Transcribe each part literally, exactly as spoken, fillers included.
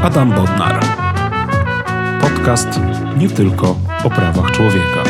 Adam Bodnar. Podcast nie tylko o prawach człowieka.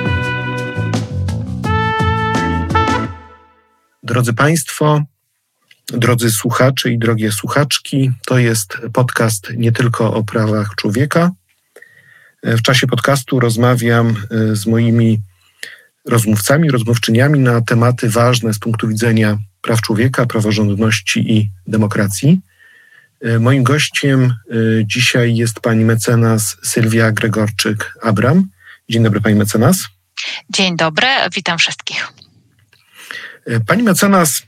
Drodzy Państwo, drodzy słuchacze i drogie słuchaczki, to jest podcast nie tylko o prawach człowieka. W czasie podcastu rozmawiam z moimi rozmówcami, rozmówczyniami na tematy ważne z punktu widzenia praw człowieka, praworządności i demokracji. Moim gościem dzisiaj jest pani mecenas Sylwia Gregorczyk-Abram. Dzień dobry, pani mecenas. Dzień dobry, witam wszystkich. Pani mecenas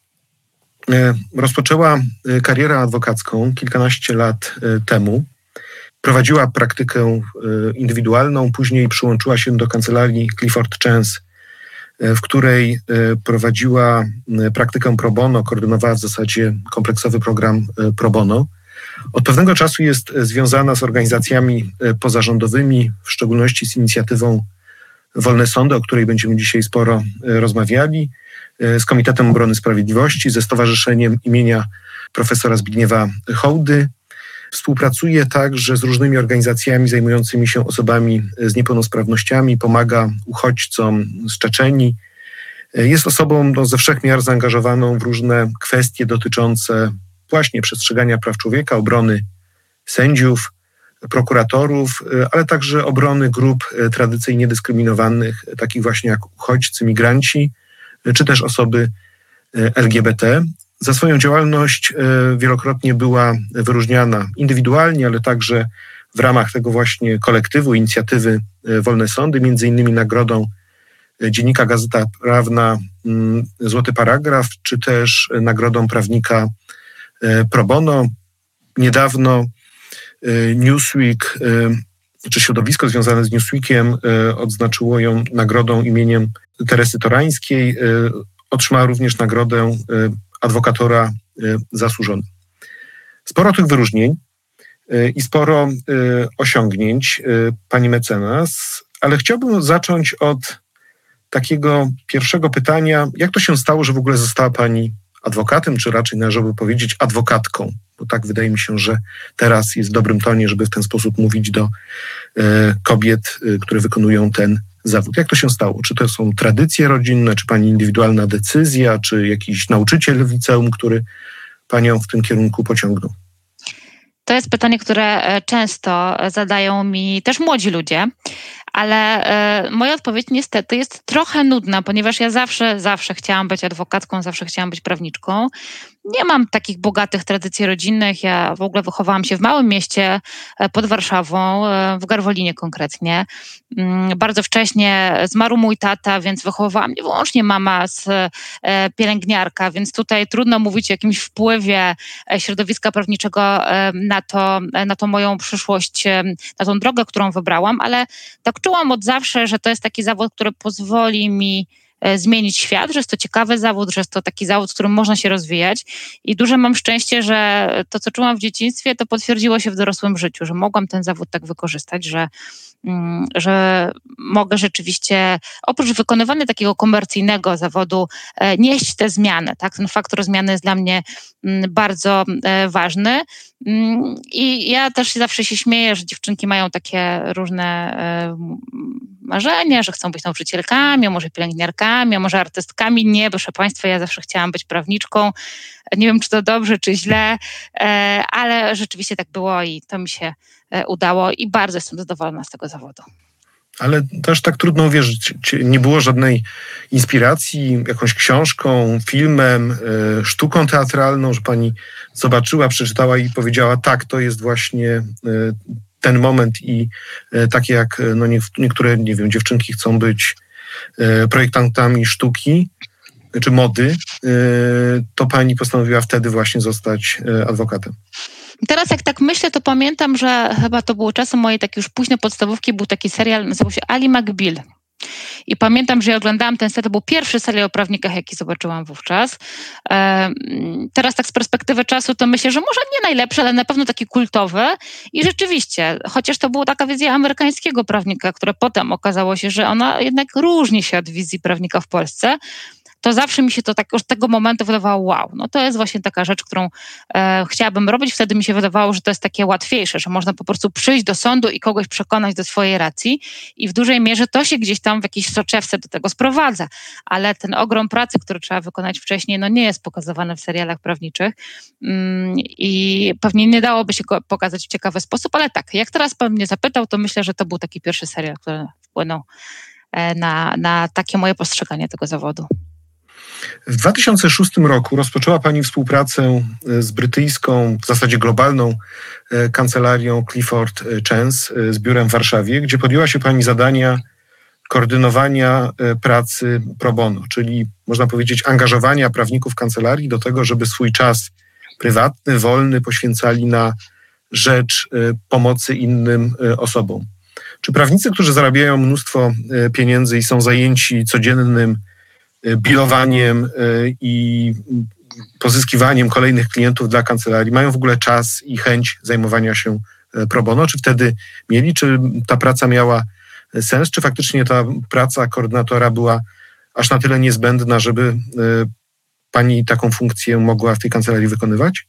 rozpoczęła karierę adwokacką kilkanaście lat temu. Prowadziła praktykę indywidualną, później przyłączyła się do kancelarii Clifford Chance, w której prowadziła praktykę pro bono, koordynowała w zasadzie kompleksowy program pro bono. Od pewnego czasu jest związana z organizacjami pozarządowymi, w szczególności z inicjatywą Wolne Sądy, o której będziemy dzisiaj sporo rozmawiali, z Komitetem Obrony Sprawiedliwości, ze Stowarzyszeniem imienia profesora Zbigniewa Hołdy. Współpracuje także z różnymi organizacjami zajmującymi się osobami z niepełnosprawnościami, pomaga uchodźcom z Czeczenii. Jest osobą no, ze wszech miar zaangażowaną w różne kwestie dotyczące właśnie przestrzegania praw człowieka, obrony sędziów, prokuratorów, ale także obrony grup tradycyjnie dyskryminowanych, takich właśnie jak uchodźcy, migranci, czy też osoby L G B T. Za swoją działalność wielokrotnie była wyróżniana indywidualnie, ale także w ramach tego właśnie kolektywu, inicjatywy Wolne Sądy, między innymi nagrodą Dziennika Gazeta Prawna Złoty Paragraf, czy też nagrodą prawnika pro bono. Niedawno Newsweek, czy środowisko związane z Newsweekiem odznaczyło ją nagrodą imieniem Teresy Torańskiej. Otrzymała również nagrodę adwokatora zasłużony. Sporo tych wyróżnień i sporo osiągnięć pani mecenas, ale chciałbym zacząć od takiego pierwszego pytania. Jak to się stało, że w ogóle została pani adwokatem, czy raczej należałoby powiedzieć adwokatką? Bo tak wydaje mi się, że teraz jest w dobrym tonie, żeby w ten sposób mówić do kobiet, które wykonują ten zawód. Jak to się stało? Czy to są tradycje rodzinne, czy pani indywidualna decyzja, czy jakiś nauczyciel w liceum, który panią w tym kierunku pociągnął? To jest pytanie, które często zadają mi też młodzi ludzie, ale y, moja odpowiedź niestety jest trochę nudna, ponieważ ja zawsze, zawsze chciałam być adwokatką, zawsze chciałam być prawniczką. Nie mam takich bogatych tradycji rodzinnych. Ja w ogóle wychowałam się w małym mieście pod Warszawą, w Garwolinie konkretnie. Bardzo wcześnie zmarł mój tata, więc wychowywała mnie wyłącznie mama z pielęgniarka, więc tutaj trudno mówić o jakimś wpływie środowiska prawniczego na to, na tą moją przyszłość, na tą drogę, którą wybrałam, ale tak czułam od zawsze, że to jest taki zawód, który pozwoli mi zmienić świat, że jest to ciekawy zawód, że jest to taki zawód, w którym można się rozwijać i duże mam szczęście, że to, co czułam w dzieciństwie, to potwierdziło się w dorosłym życiu, że mogłam ten zawód tak wykorzystać, że, że mogę rzeczywiście oprócz wykonywania takiego komercyjnego zawodu nieść te zmiany. Tak? Ten faktor zmiany jest dla mnie bardzo ważny. I ja też zawsze się śmieję, że dziewczynki mają takie różne marzenia, że chcą być nauczycielkami, a może pielęgniarkami, a może artystkami. Nie, proszę Państwa, ja zawsze chciałam być prawniczką. Nie wiem, czy to dobrze, czy źle, ale rzeczywiście tak było i to mi się udało i bardzo jestem zadowolona z tego zawodu. Ale też tak trudno uwierzyć, nie było żadnej inspiracji jakąś książką, filmem, sztuką teatralną, że pani zobaczyła, przeczytała i powiedziała, tak, to jest właśnie ten moment i takie jak no niektóre, nie wiem, dziewczynki chcą być projektantami sztuki czy mody, to pani postanowiła wtedy właśnie zostać adwokatem. Teraz jak tak myślę, to pamiętam, że chyba to było czasem mojej takiej już późnej podstawówki, był taki serial, nazywał się Ali McBeal. I pamiętam, że ja oglądałam ten serial, to był pierwszy serial o prawnikach, jaki zobaczyłam wówczas. Teraz tak z perspektywy czasu to myślę, że może nie najlepszy, ale na pewno taki kultowy. I rzeczywiście, chociaż to była taka wizja amerykańskiego prawnika, która potem okazało się, że ona jednak różni się od wizji prawnika w Polsce, to zawsze mi się to tak, już tego momentu wydawało, wow, no to jest właśnie taka rzecz, którą e, chciałabym robić. Wtedy mi się wydawało, że to jest takie łatwiejsze, że można po prostu przyjść do sądu i kogoś przekonać do swojej racji i w dużej mierze to się gdzieś tam w jakiejś soczewce do tego sprowadza. Ale ten ogrom pracy, który trzeba wykonać wcześniej, no nie jest pokazywany w serialach prawniczych mm, i pewnie nie dałoby się go pokazać w ciekawy sposób, ale tak, jak teraz pan mnie zapytał, to myślę, że to był taki pierwszy serial, który wpłynął na, na takie moje postrzeganie tego zawodu. W dwa tysiące szóstym roku rozpoczęła pani współpracę z brytyjską, w zasadzie globalną kancelarią Clifford Chance z biurem w Warszawie, gdzie podjęła się pani zadania koordynowania pracy pro bono, czyli można powiedzieć angażowania prawników kancelarii do tego, żeby swój czas prywatny, wolny poświęcali na rzecz pomocy innym osobom. Czy prawnicy, którzy zarabiają mnóstwo pieniędzy i są zajęci codziennym bilowaniem i pozyskiwaniem kolejnych klientów dla kancelarii, mają w ogóle czas i chęć zajmowania się pro bono? Czy wtedy mieli? Czy ta praca miała sens? Czy faktycznie ta praca koordynatora była aż na tyle niezbędna, żeby pani taką funkcję mogła w tej kancelarii wykonywać?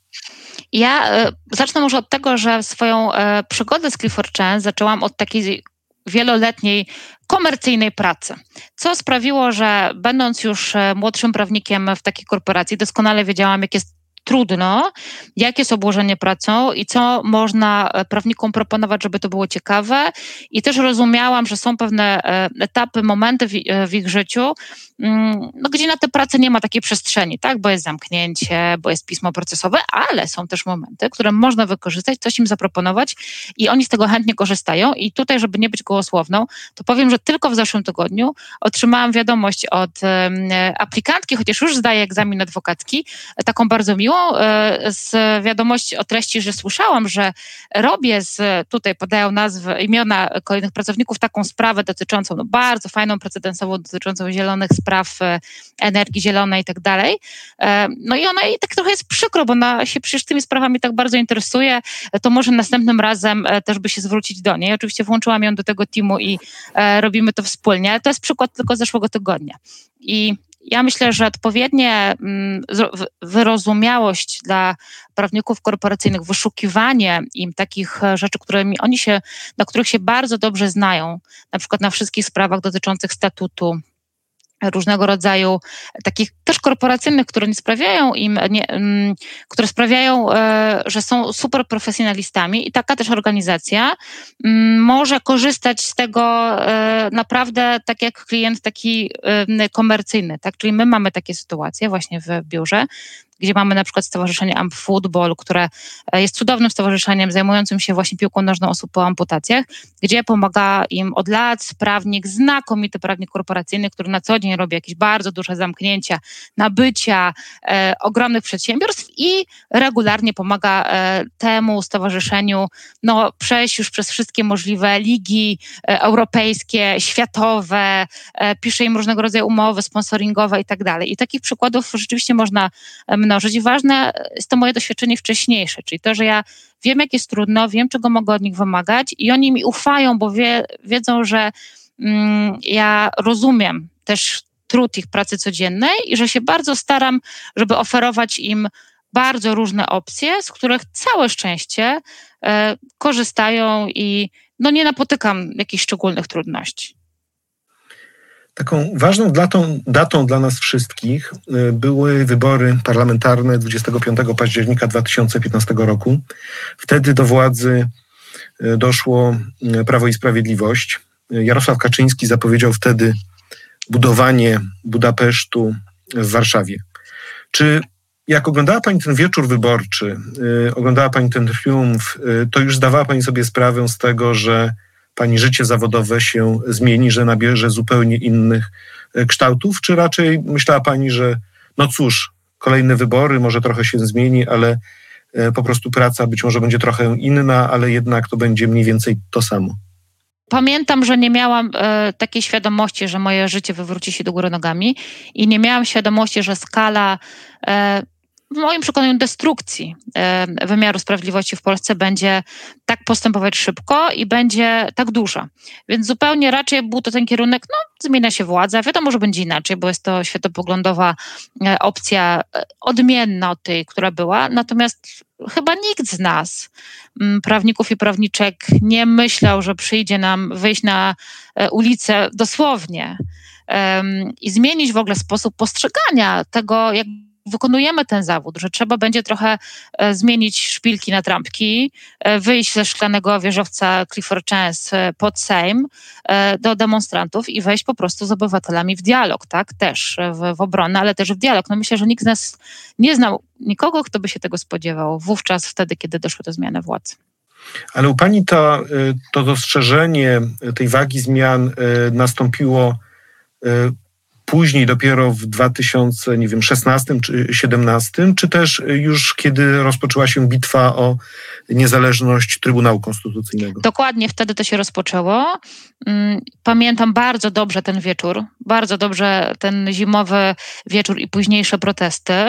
Ja y, zacznę może od tego, że swoją y, przygodę z Clifford Chance zaczęłam od takiej wieloletniej komercyjnej pracy, co sprawiło, że będąc już młodszym prawnikiem w takiej korporacji, doskonale wiedziałam, jak jest trudno, jakie jest obłożenie pracą i co można prawnikom proponować, żeby to było ciekawe. I też rozumiałam, że są pewne etapy, momenty w ich życiu, no, gdzie na tę pracę nie ma takiej przestrzeni, tak? Bo jest zamknięcie, bo jest pismo procesowe, ale są też momenty, które można wykorzystać, coś im zaproponować i oni z tego chętnie korzystają. I tutaj, żeby nie być gołosłowną, to powiem, że tylko w zeszłym tygodniu otrzymałam wiadomość od aplikantki, chociaż już zdaje egzamin adwokacki, taką bardzo miłą, z wiadomości o treści, że słyszałam, że robię z, tutaj podają nazwy, imiona kolejnych pracowników, taką sprawę dotyczącą, no bardzo fajną, precedensową, dotyczącą zielonych spraw, energii zielonej i tak dalej. No i ona jej tak trochę jest przykro, bo ona się przecież tymi sprawami tak bardzo interesuje, to może następnym razem też by się zwrócić do niej. Oczywiście włączyłam ją do tego teamu i robimy to wspólnie, ale to jest przykład tylko z zeszłego tygodnia. I ja myślę, że odpowiednie wyrozumiałość dla prawników korporacyjnych, wyszukiwanie im takich rzeczy, którymi oni się, na których się bardzo dobrze znają, na przykład na wszystkich sprawach dotyczących statutu, różnego rodzaju takich też korporacyjnych, które nie sprawiają im, nie, które sprawiają, że są super profesjonalistami i taka też organizacja może korzystać z tego naprawdę tak jak klient taki komercyjny, tak? Czyli my mamy takie sytuacje właśnie w biurze, gdzie mamy na przykład Stowarzyszenie Amp Football, które jest cudownym stowarzyszeniem zajmującym się właśnie piłką nożną osób po amputacjach, gdzie pomaga im od lat prawnik, znakomity prawnik korporacyjny, który na co dzień robi jakieś bardzo duże zamknięcia, nabycia e, ogromnych przedsiębiorstw i regularnie pomaga e, temu stowarzyszeniu no, przejść już przez wszystkie możliwe ligi e, europejskie, światowe, e, pisze im różnego rodzaju umowy sponsoringowe i tak dalej. I takich przykładów rzeczywiście można mnożyć. I ważne jest to moje doświadczenie wcześniejsze, czyli to, że ja wiem, jak jest trudno, wiem, czego mogę od nich wymagać i oni mi ufają, bo wie, wiedzą, że mm, ja rozumiem też trud ich pracy codziennej i że się bardzo staram, żeby oferować im bardzo różne opcje, z których całe szczęście e, korzystają i no, nie napotykam jakichś szczególnych trudności. Taką ważną datą, datą dla nas wszystkich były wybory parlamentarne dwudziestego piątego października dwa tysiące piętnastego roku. Wtedy do władzy doszło Prawo i Sprawiedliwość. Jarosław Kaczyński zapowiedział wtedy budowanie Budapesztu w Warszawie. Czy jak oglądała pani ten wieczór wyborczy, oglądała pani ten triumf, to już zdawała pani sobie sprawę z tego, że pani życie zawodowe się zmieni, że nabierze zupełnie innych kształtów? Czy raczej myślała pani, że no cóż, kolejne wybory, może trochę się zmieni, ale po prostu praca być może będzie trochę inna, ale jednak to będzie mniej więcej to samo? Pamiętam, że nie miałam e, takiej świadomości, że moje życie wywróci się do góry nogami i nie miałam świadomości, że skala e, w moim przekonaniu destrukcji wymiaru sprawiedliwości w Polsce będzie tak postępować szybko i będzie tak duża. Więc zupełnie raczej był to ten kierunek, no zmienia się władza, wiadomo, że będzie inaczej, bo jest to światopoglądowa opcja odmienna od tej, która była, natomiast chyba nikt z nas, prawników i prawniczek, nie myślał, że przyjdzie nam wyjść na ulicę dosłownie i zmienić w ogóle sposób postrzegania tego, jak wykonujemy ten zawód, że trzeba będzie trochę zmienić szpilki na trampki, wyjść ze szklanego wieżowca Clifford Chance pod Sejm do demonstrantów i wejść po prostu z obywatelami w dialog, tak? Też w, w obronę, ale też w dialog. No myślę, że nikt z nas nie znał nikogo, kto by się tego spodziewał wówczas, wtedy, kiedy doszło do zmiany władzy. Ale u pani to, to dostrzeżenie tej wagi zmian nastąpiło później, dopiero w dwa tysiące szesnastym czy dwa tysiące siedemnastym, czy też już kiedy rozpoczęła się bitwa o niezależność Trybunału Konstytucyjnego? Dokładnie wtedy to się rozpoczęło. Pamiętam bardzo dobrze ten wieczór, bardzo dobrze ten zimowy wieczór i późniejsze protesty.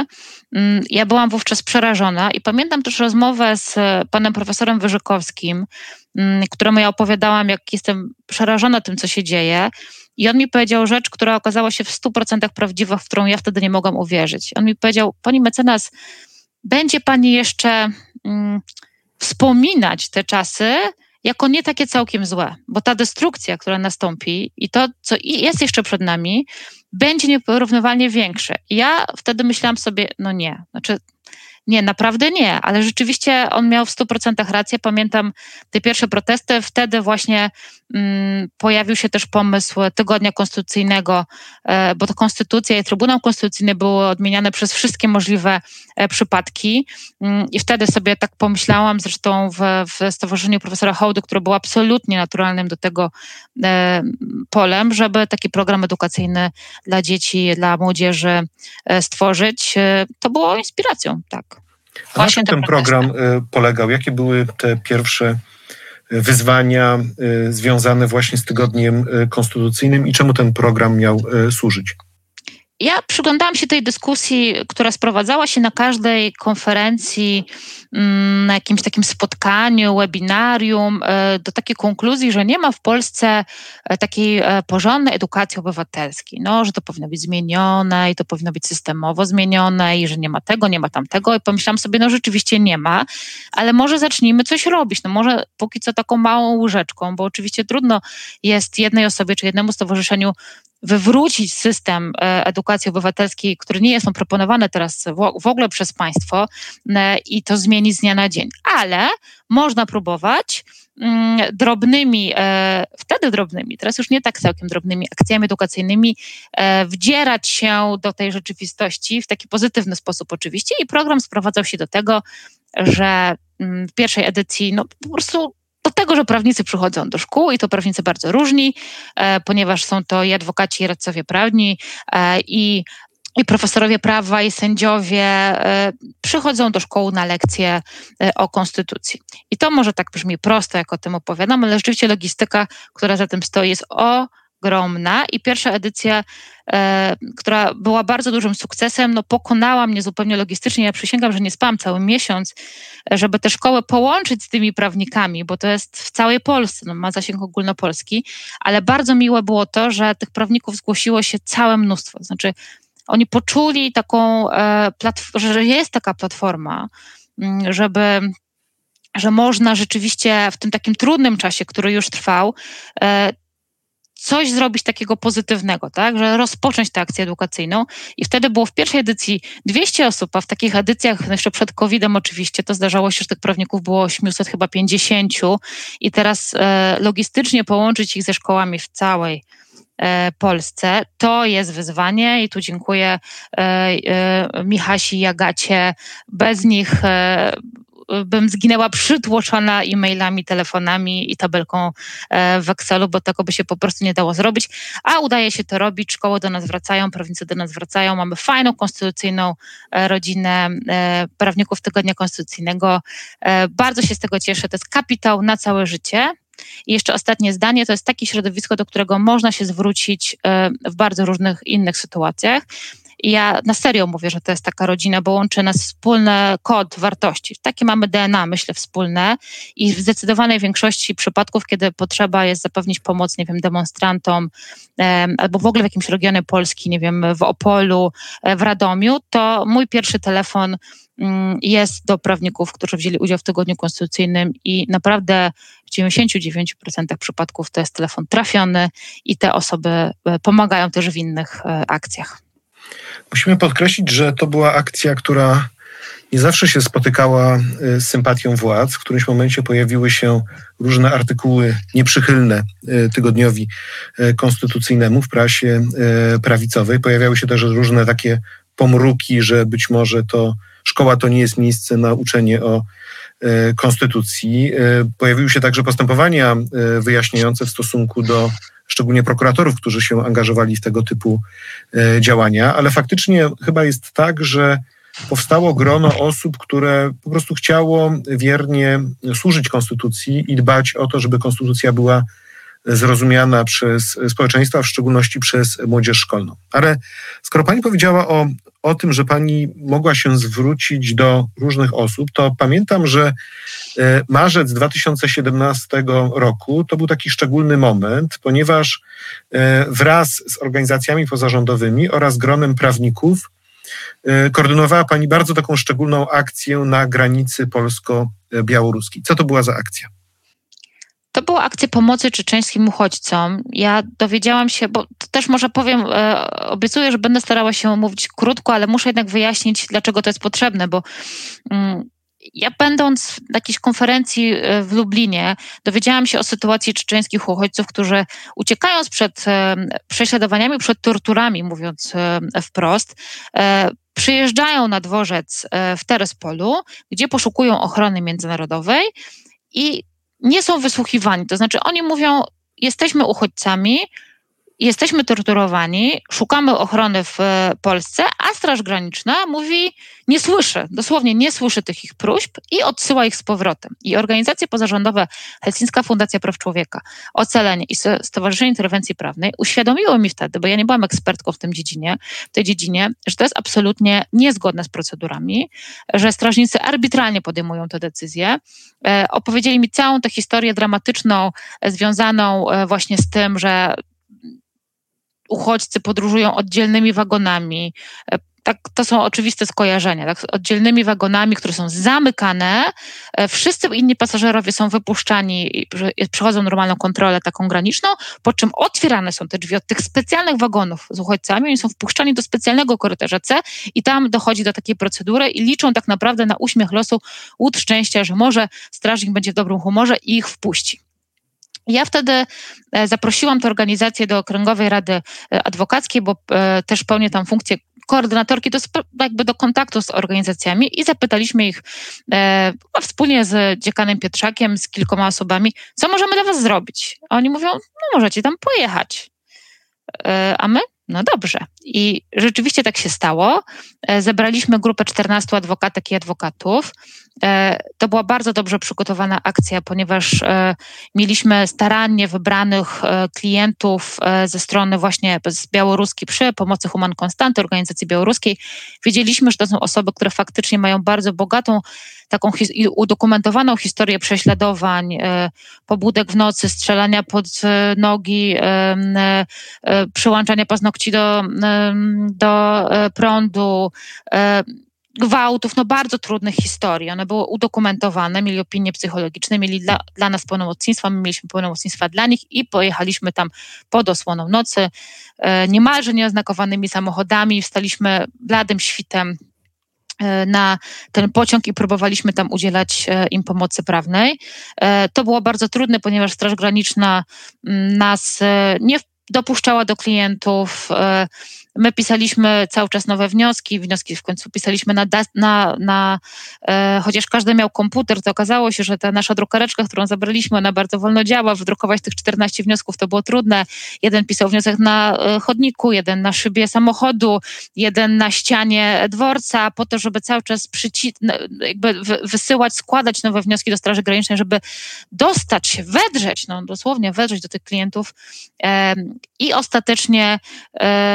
Ja byłam wówczas przerażona i pamiętam też rozmowę z panem profesorem Wyrzykowskim, któremu ja opowiadałam, jak jestem przerażona tym, co się dzieje. I on mi powiedział rzecz, która okazała się w stu procentach prawdziwa, w którą ja wtedy nie mogłam uwierzyć. On mi powiedział: pani mecenas, będzie pani jeszcze mm, wspominać te czasy jako nie takie całkiem złe, bo ta destrukcja, która nastąpi i to, co jest jeszcze przed nami, będzie nieporównywalnie większe. I ja wtedy myślałam sobie, no nie, znaczy nie, naprawdę nie, ale rzeczywiście on miał w stu procentach rację. Pamiętam te pierwsze protesty, wtedy właśnie mm, pojawił się też pomysł Tygodnia Konstytucyjnego, e, bo to Konstytucja i Trybunał Konstytucyjny były odmieniane przez wszystkie możliwe e, przypadki mm, i wtedy sobie tak pomyślałam, zresztą w, w Stowarzyszeniu Profesora Hołdy, które było absolutnie naturalnym do tego e, polem, żeby taki program edukacyjny dla dzieci, dla młodzieży e, stworzyć. E, to było inspiracją, tak. A na czym ten program polegał? Jakie były te pierwsze wyzwania związane właśnie z Tygodniem Konstytucyjnym i czemu ten program miał służyć? Ja przyglądałam się tej dyskusji, która sprowadzała się na każdej konferencji, na jakimś takim spotkaniu, webinarium, do takiej konkluzji, że nie ma w Polsce takiej porządnej edukacji obywatelskiej. No, że to powinno być zmienione i to powinno być systemowo zmienione i że nie ma tego, nie ma tamtego. I pomyślałam sobie, no rzeczywiście nie ma, ale może zacznijmy coś robić. No może póki co taką małą łyżeczką, bo oczywiście trudno jest jednej osobie czy jednemu stowarzyszeniu wywrócić system edukacji obywatelskiej, który nie jest on proponowany teraz w ogóle przez państwo i to zmienić z dnia na dzień. Ale można próbować drobnymi, wtedy drobnymi, teraz już nie tak całkiem drobnymi akcjami edukacyjnymi wdzierać się do tej rzeczywistości w taki pozytywny sposób oczywiście i program sprowadzał się do tego, że w pierwszej edycji no po prostu do tego, że prawnicy przychodzą do szkół i to prawnicy bardzo różni, e, ponieważ są to i adwokaci, i radcowie prawni, e, i, i profesorowie prawa, i sędziowie e, przychodzą do szkoły na lekcje e, o konstytucji. I to może tak brzmi prosto, jak o tym opowiadam, ale rzeczywiście logistyka, która za tym stoi, jest ogromna i pierwsza edycja, e, która była bardzo dużym sukcesem, no pokonała mnie zupełnie logistycznie. Ja przysięgam, że nie spałam cały miesiąc, żeby te szkoły połączyć z tymi prawnikami, bo to jest w całej Polsce, no, ma zasięg ogólnopolski, ale bardzo miłe było to, że tych prawników zgłosiło się całe mnóstwo. Znaczy oni poczuli taką, e, platf- że jest taka platforma, żeby że można rzeczywiście w tym takim trudnym czasie, który już trwał, e, coś zrobić takiego pozytywnego, tak, że rozpocząć tę akcję edukacyjną i wtedy było w pierwszej edycji dwieście osób, a w takich edycjach, jeszcze przed kowidem oczywiście, to zdarzało się, że tych prawników było osiemset chyba pięćdziesięciu i teraz e, logistycznie połączyć ich ze szkołami w całej e, Polsce, to jest wyzwanie i tu dziękuję e, e, Michasi i Agacie, bez nich e, bym zginęła przytłoczona e-mailami, telefonami i tabelką w Excelu, bo tego by się po prostu nie dało zrobić, a udaje się to robić, szkoły do nas wracają, prawnicy do nas wracają, mamy fajną, konstytucyjną rodzinę prawników Tygodnia Konstytucyjnego. Bardzo się z tego cieszę, to jest kapitał na całe życie. I jeszcze ostatnie zdanie, to jest takie środowisko, do którego można się zwrócić w bardzo różnych innych sytuacjach. I ja na serio mówię, że to jest taka rodzina, bo łączy nas wspólny kod wartości. Takie mamy D N A, myślę, wspólne i w zdecydowanej większości przypadków, kiedy potrzeba jest zapewnić pomoc, nie wiem, demonstrantom e, albo w ogóle w jakimś regionie Polski, nie wiem, w Opolu, e, w Radomiu, to mój pierwszy telefon jest do prawników, którzy wzięli udział w tygodniu konstytucyjnym i naprawdę w dziewięćdziesiąt dziewięć procent przypadków to jest telefon trafiony i te osoby pomagają też w innych akcjach. Musimy podkreślić, że to była akcja, która nie zawsze się spotykała z sympatią władz. W którymś momencie pojawiły się różne artykuły nieprzychylne tygodniowi konstytucyjnemu w prasie prawicowej. Pojawiały się też różne takie pomruki, że być może to szkoła to nie jest miejsce na uczenie o e, konstytucji. E, pojawiły się także postępowania e, wyjaśniające w stosunku do szczególnie prokuratorów, którzy się angażowali w tego typu e, działania, ale faktycznie chyba jest tak, że powstało grono osób, które po prostu chciało wiernie służyć konstytucji i dbać o to, żeby konstytucja była zrozumiana przez społeczeństwo, a w szczególności przez młodzież szkolną. Ale skoro pani powiedziała o, o tym, że pani mogła się zwrócić do różnych osób, to pamiętam, że marzec dwa tysiące siedemnastego roku to był taki szczególny moment, ponieważ wraz z organizacjami pozarządowymi oraz gronem prawników koordynowała pani bardzo taką szczególną akcję na granicy polsko-białoruskiej. Co to była za akcja? To była akcja pomocy czeczeńskim uchodźcom. Ja dowiedziałam się, bo to też może powiem, e, obiecuję, że będę starała się mówić krótko, ale muszę jednak wyjaśnić, dlaczego to jest potrzebne, bo mm, ja będąc na jakiejś konferencji w Lublinie dowiedziałam się o sytuacji czeczeńskich uchodźców, którzy uciekając przed e, prześladowaniami, przed torturami, mówiąc e, wprost, e, przyjeżdżają na dworzec e, w Terespolu, gdzie poszukują ochrony międzynarodowej i nie są wysłuchiwani. To znaczy oni mówią, jesteśmy uchodźcami, jesteśmy torturowani, szukamy ochrony w Polsce, a Straż Graniczna mówi, nie słyszy, dosłownie nie słyszy tych ich próśb i odsyła ich z powrotem. I organizacje pozarządowe Helsińska Fundacja Praw Człowieka, Ocalenie i Stowarzyszenie Interwencji Prawnej uświadomiło mi wtedy, bo ja nie byłam ekspertką w tym dziedzinie, w tej dziedzinie, że to jest absolutnie niezgodne z procedurami, że strażnicy arbitralnie podejmują te decyzje. E, opowiedzieli mi całą tę historię dramatyczną e, związaną e, właśnie z tym, że uchodźcy podróżują oddzielnymi wagonami. Tak, to są oczywiste skojarzenia. Tak? Oddzielnymi wagonami, które są zamykane. Wszyscy inni pasażerowie są wypuszczani i przechodzą normalną kontrolę taką graniczną, po czym otwierane są te drzwi od tych specjalnych wagonów z uchodźcami. Oni są wpuszczani do specjalnego korytarza C i tam dochodzi do takiej procedury i liczą tak naprawdę na uśmiech losu, łód szczęścia, że może strażnik będzie w dobrym humorze i ich wpuści. Ja wtedy zaprosiłam tę organizację do Okręgowej Rady Adwokackiej, bo też pełnię tam funkcję koordynatorki, do, jakby do kontaktu z organizacjami i zapytaliśmy ich e, wspólnie z dziekanem Pietrzakiem, z kilkoma osobami, co możemy dla was zrobić. A oni mówią, no możecie tam pojechać. E, a my? No dobrze. I rzeczywiście tak się stało. E, zebraliśmy grupę czternastu adwokatek i adwokatów. E, to była bardzo dobrze przygotowana akcja, ponieważ e, mieliśmy starannie wybranych e, klientów e, ze strony właśnie z białoruskiej przy pomocy Human Konstanty, organizacji białoruskiej. Wiedzieliśmy, że to są osoby, które faktycznie mają bardzo bogatą, taką his- udokumentowaną historię prześladowań, e, pobudek w nocy, strzelania pod e, nogi, e, e, przyłączania paznokci do, e, do e, prądu, e, gwałtów, no bardzo trudnych historii. One były udokumentowane, mieli opinie psychologiczne, mieli dla, dla nas pełnomocnictwa, my mieliśmy pełnomocnictwa dla nich i pojechaliśmy tam pod osłoną nocy, e, niemalże nieoznakowanymi samochodami, wstaliśmy bladym świtem na ten pociąg i próbowaliśmy tam udzielać im pomocy prawnej. To było bardzo trudne, ponieważ Straż Graniczna nas nie dopuszczała do klientów. My pisaliśmy cały czas nowe wnioski, wnioski w końcu pisaliśmy na, na, na e, chociaż każdy miał komputer, to okazało się, że ta nasza drukareczka, którą zabraliśmy, ona bardzo wolno działa, wydrukować tych czternaście wniosków to było trudne. Jeden pisał wniosek na e, chodniku, jeden na szybie samochodu, jeden na ścianie dworca, po to, żeby cały czas przyci- jakby w, wysyłać, składać nowe wnioski do Straży Granicznej, żeby dostać się, wedrzeć, no dosłownie wedrzeć do tych klientów e, i ostatecznie, e, aby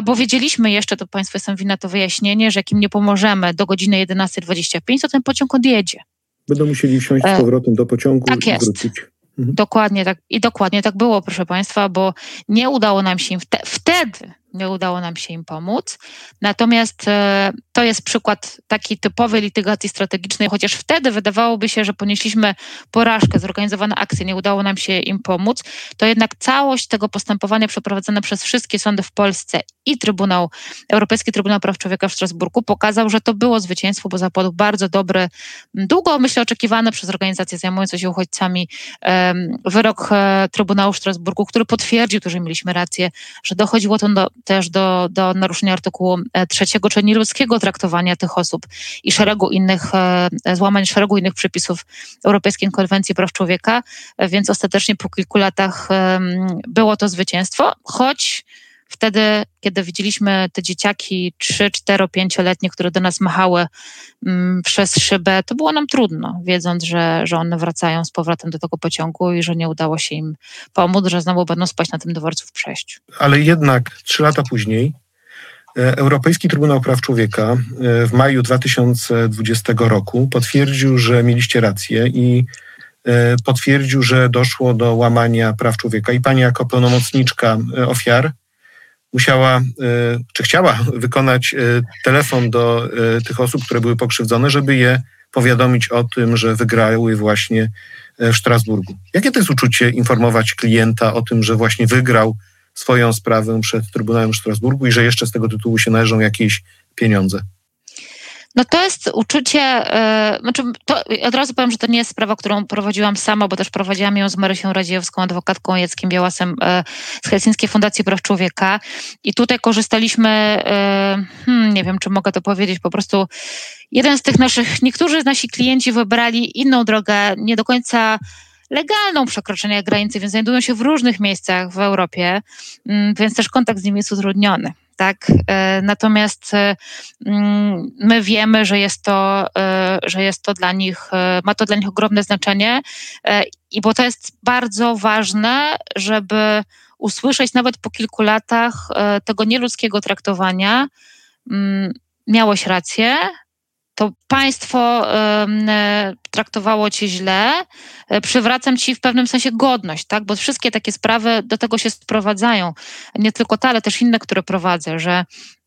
bo wiedzieliśmy jeszcze, to Państwu jestem winna to wyjaśnienie, że jak im nie pomożemy do godziny jedenasta dwadzieścia pięć, to ten pociąg odjedzie. Będą musieli wsiąść z powrotem do pociągu tak i jest. wrócić. Mhm. Dokładnie tak. I dokładnie tak było, proszę Państwa, bo nie udało nam się im wte- wtedy nie udało nam się im pomóc. Natomiast e, to jest przykład takiej typowej litygacji strategicznej, chociaż wtedy wydawałoby się, że ponieśliśmy porażkę, zorganizowane akcje, nie udało nam się im pomóc, to jednak całość tego postępowania przeprowadzone przez wszystkie sądy w Polsce i Trybunał, Europejski Trybunał Praw Człowieka w Strasburgu pokazał, że to było zwycięstwo, bo zapadł bardzo dobry, długo myślę oczekiwany przez organizacje zajmujące się uchodźcami e, wyrok e, Trybunału w Strasburgu, który potwierdził, że mieliśmy rację, że dochodziło to do też do, do naruszenia artykułu trzeciego, czyli nieludzkiego traktowania tych osób i szeregu innych, złamań szeregu innych przepisów Europejskiej Konwencji Praw Człowieka, więc ostatecznie po kilku latach było to zwycięstwo, choć wtedy, kiedy widzieliśmy te dzieciaki trzy, cztery, pięcioletnie, które do nas machały mm, przez szybę, to było nam trudno, wiedząc, że, że one wracają z powrotem do tego pociągu i że nie udało się im pomóc, że znowu będą spać na tym dworcu w Brześciu. Ale jednak trzy lata później Europejski Trybunał Praw Człowieka w maju dwa tysiące dwudziestego roku potwierdził, że mieliście rację i potwierdził, że doszło do łamania praw człowieka i pani jako pełnomocniczka ofiar musiała, czy chciała wykonać telefon do tych osób, które były pokrzywdzone, żeby je powiadomić o tym, że wygrały właśnie w Strasburgu. Jakie to jest uczucie informować klienta o tym, że właśnie wygrał swoją sprawę przed Trybunałem w Strasburgu i że jeszcze z tego tytułu się należą jakieś pieniądze? No to jest uczucie, yy, znaczy to od razu powiem, że to nie jest sprawa, którą prowadziłam sama, bo też prowadziłam ją z Marysią Radziejowską, adwokatką Jackiem Białasem yy, z Helsińskiej Fundacji Praw Człowieka i tutaj korzystaliśmy, yy, hmm, nie wiem, czy mogę to powiedzieć, po prostu jeden z tych naszych, niektórzy nasi klienci wybrali inną drogę, nie do końca legalną przekroczenia granicy, więc znajdują się w różnych miejscach w Europie, yy, więc też kontakt z nimi jest utrudniony. Tak? Natomiast my wiemy, że jest to, że jest to dla nich, ma to dla nich ogromne znaczenie i bo to jest bardzo ważne, żeby usłyszeć nawet po kilku latach tego nieludzkiego traktowania, miałeś rację, to państwo traktowało cię źle, przywracam ci w pewnym sensie godność, tak? Bo wszystkie takie sprawy do tego się sprowadzają. Nie tylko te, ale też inne, które prowadzę, że,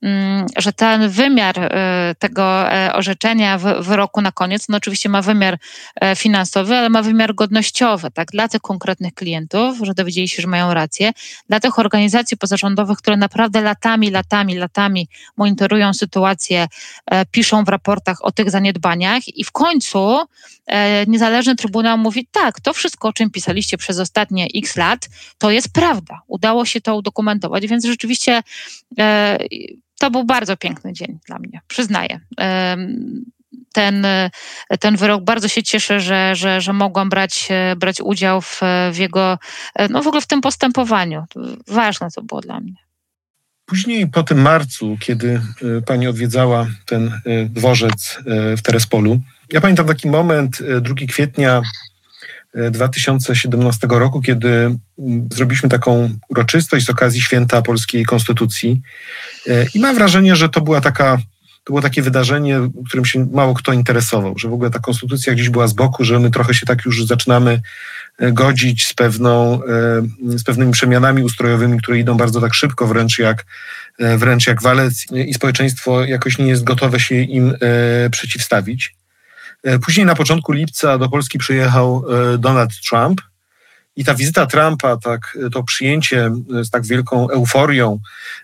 że ten wymiar tego orzeczenia, wyroku na koniec, no oczywiście ma wymiar finansowy, ale ma wymiar godnościowy, tak? Dla tych konkretnych klientów, że dowiedzieli się, że mają rację, dla tych organizacji pozarządowych, które naprawdę latami, latami, latami monitorują sytuację, piszą w raportach o tych zaniedbaniach i w końcu e, niezależny Trybunał mówi, tak, to wszystko, o czym pisaliście przez ostatnie x lat, to jest prawda. Udało się to udokumentować, więc rzeczywiście e, to był bardzo piękny dzień dla mnie, przyznaję. E, ten, ten wyrok, bardzo się cieszę, że, że, że mogłam brać, brać udział w, w jego, no w ogóle w tym postępowaniu. Ważne to było dla mnie. Później po tym marcu, kiedy pani odwiedzała ten dworzec w Terespolu, ja pamiętam taki moment, drugiego kwietnia dwa tysiące siedemnastego roku, kiedy zrobiliśmy taką uroczystość z okazji Święta Polskiej Konstytucji i mam wrażenie, że to była taka, to było takie wydarzenie, którym się mało kto interesował, że w ogóle ta konstytucja gdzieś była z boku, że my trochę się tak już zaczynamy godzić z pewną, z pewnymi przemianami ustrojowymi, które idą bardzo tak szybko, wręcz jak, wręcz jak walec i społeczeństwo jakoś nie jest gotowe się im przeciwstawić. Później na początku lipca do Polski przyjechał Donald Trump i ta wizyta Trumpa, tak, to przyjęcie z tak wielką euforią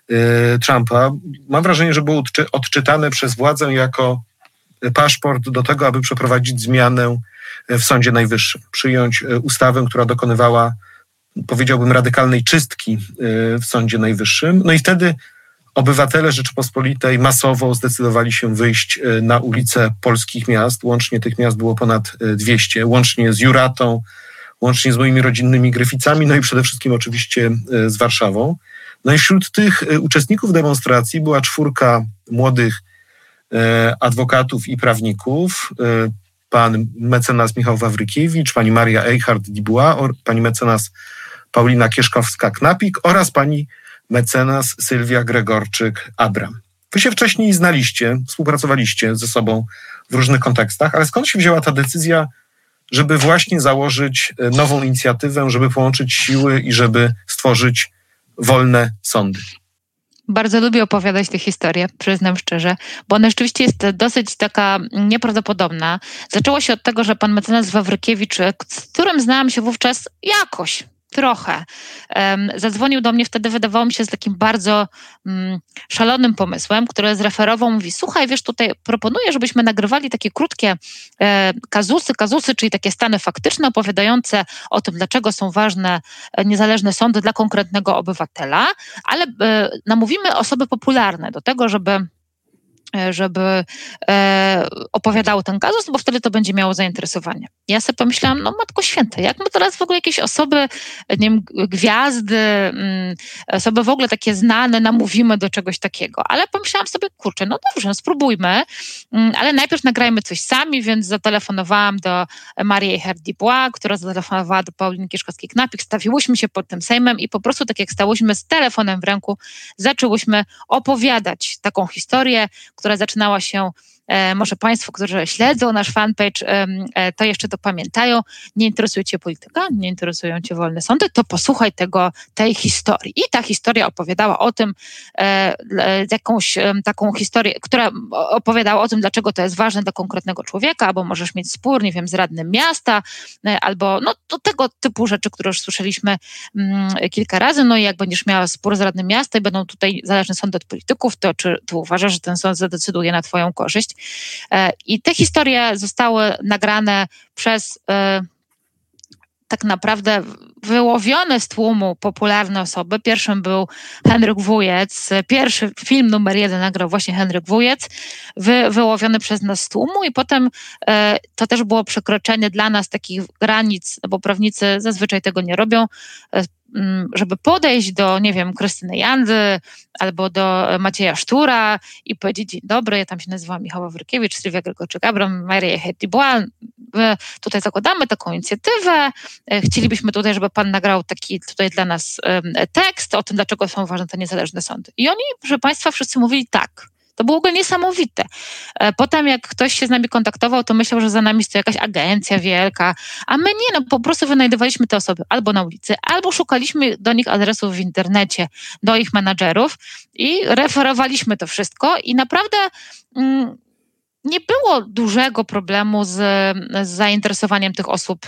Trumpa, mam wrażenie, że było odczytane przez władzę jako paszport do tego, aby przeprowadzić zmianę w Sądzie Najwyższym, przyjąć ustawę, która dokonywała, powiedziałbym, radykalnej czystki w Sądzie Najwyższym. No i wtedy obywatele Rzeczypospolitej masowo zdecydowali się wyjść na ulice polskich miast. Łącznie tych miast było ponad dwieście, łącznie z Juratą, łącznie z moimi rodzinnymi Gryficami, no i przede wszystkim oczywiście z Warszawą. No i wśród tych uczestników demonstracji była czwórka młodych adwokatów i prawników, pan mecenas Michał Wawrykiewicz, pani Maria Eichardt-Dubois, pani mecenas Paulina Kieszkowska-Knapik oraz pani mecenas Sylwia Gregorczyk-Abram. Wy się wcześniej znaliście, współpracowaliście ze sobą w różnych kontekstach, ale skąd się wzięła ta decyzja, żeby właśnie założyć nową inicjatywę, żeby połączyć siły i żeby stworzyć wolne sądy? Bardzo lubię opowiadać tę historię, przyznam szczerze, bo ona rzeczywiście jest dosyć taka nieprawdopodobna. Zaczęło się od tego, że pan mecenas Wawrykiewicz, z którym znałam się wówczas jakoś, trochę, um, zadzwonił do mnie wtedy, wydawało mi się, z takim bardzo um, szalonym pomysłem, który zreferował, mówi, słuchaj, wiesz, tutaj proponuję, żebyśmy nagrywali takie krótkie e, kazusy, kazusy, czyli takie stany faktyczne, opowiadające o tym, dlaczego są ważne e, niezależne sądy dla konkretnego obywatela, ale e, namówimy osoby popularne do tego, żeby żeby e, opowiadały ten kazus, bo wtedy to będzie miało zainteresowanie. Ja sobie pomyślałam, no Matko Święta, jak my teraz w ogóle jakieś osoby, nie wiem, gwiazdy, mm, osoby w ogóle takie znane namówimy do czegoś takiego. Ale pomyślałam sobie, kurczę, no dobrze, no spróbujmy, mm, ale najpierw nagrajmy coś sami, więc zatelefonowałam do Marii Eichardt-Dubois, która zatelefonowała do Pauliny Kieszkowskiej-Knapik, stawiłyśmy się pod tym Sejmem i po prostu tak jak stałyśmy z telefonem w ręku, zaczęłyśmy opowiadać taką historię, która zaczynała się, e, może Państwo, którzy śledzą nasz fanpage, e, e, to jeszcze to pamiętają, nie interesuje Cię polityka, nie interesują Cię wolne sądy, to posłuchaj tego, tej historii. I ta historia opowiadała o tym, e, jakąś e, taką historię, która opowiadała o tym, dlaczego to jest ważne dla konkretnego człowieka, albo możesz mieć spór, nie wiem, z radnym miasta, e, albo no do tego typu rzeczy, które już słyszeliśmy mm, kilka razy, no i jak będziesz miała spór z radnym miasta i będą tutaj zależne sądy od polityków, to czy tu uważasz, że ten sąd zadecyduje na Twoją korzyść? E, I te historie zostały nagrane przez e, tak naprawdę wyłowione z tłumu popularne osoby. Pierwszym był Henryk Wujec. Pierwszy film numer jeden nagrał właśnie Henryk Wujec, wy, wyłowiony przez nas z tłumu i potem e, to też było przekroczenie dla nas takich granic, bo prawnicy zazwyczaj tego nie robią, e, żeby podejść do, nie wiem, Krystyny Jandy albo do Macieja Sztura i powiedzieć, dzień dobry, ja tam się nazywam Michał Wawrykiewicz, Sylwia Gregorczyk-Abram, Maria Eichardt-Dubois, tutaj zakładamy taką inicjatywę, chcielibyśmy tutaj, żeby pan nagrał taki tutaj dla nas tekst o tym, dlaczego są ważne te niezależne sądy. I oni, proszę Państwa, wszyscy mówili tak. To było w ogóle niesamowite. Potem jak ktoś się z nami kontaktował, to myślał, że za nami stoi jakaś agencja wielka, a my nie, no po prostu wynajdowaliśmy te osoby albo na ulicy, albo szukaliśmy do nich adresów w internecie, do ich menadżerów i referowaliśmy to wszystko i naprawdę mm, nie było dużego problemu z, z zainteresowaniem tych osób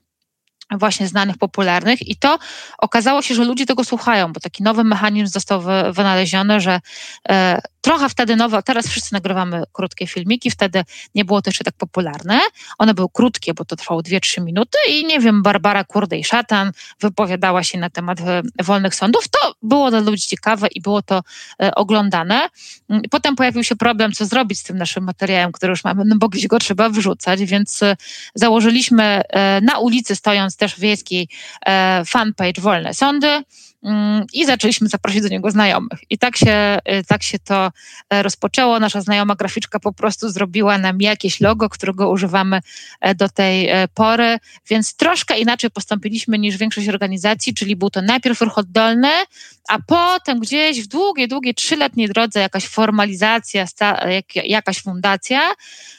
właśnie znanych, popularnych i to okazało się, że ludzie tego słuchają, bo taki nowy mechanizm został wy, wynaleziony, że e, trochę wtedy nowo, teraz wszyscy nagrywamy krótkie filmiki, wtedy nie było to jeszcze tak popularne. One były krótkie, bo to trwało dwie trzy minuty i nie wiem, Barbara Kurdej-Szatan wypowiadała się na temat wolnych sądów. To było dla ludzi ciekawe i było to e, oglądane. Potem pojawił się problem, co zrobić z tym naszym materiałem, który już mamy, no bo gdzieś go trzeba wyrzucać, więc e, założyliśmy e, na ulicy, stojąc też w wiejskiej e, fanpage Wolne Sądy mm, i zaczęliśmy zaprosić do niego znajomych. I tak się, e, tak się to e, rozpoczęło. Nasza znajoma graficzka po prostu zrobiła nam jakieś logo, którego używamy e, do tej e, pory, więc troszkę inaczej postąpiliśmy niż większość organizacji, czyli był to najpierw ruch oddolny, a potem gdzieś w długiej, długiej, trzyletniej drodze jakaś formalizacja, sta, jak, jakaś fundacja,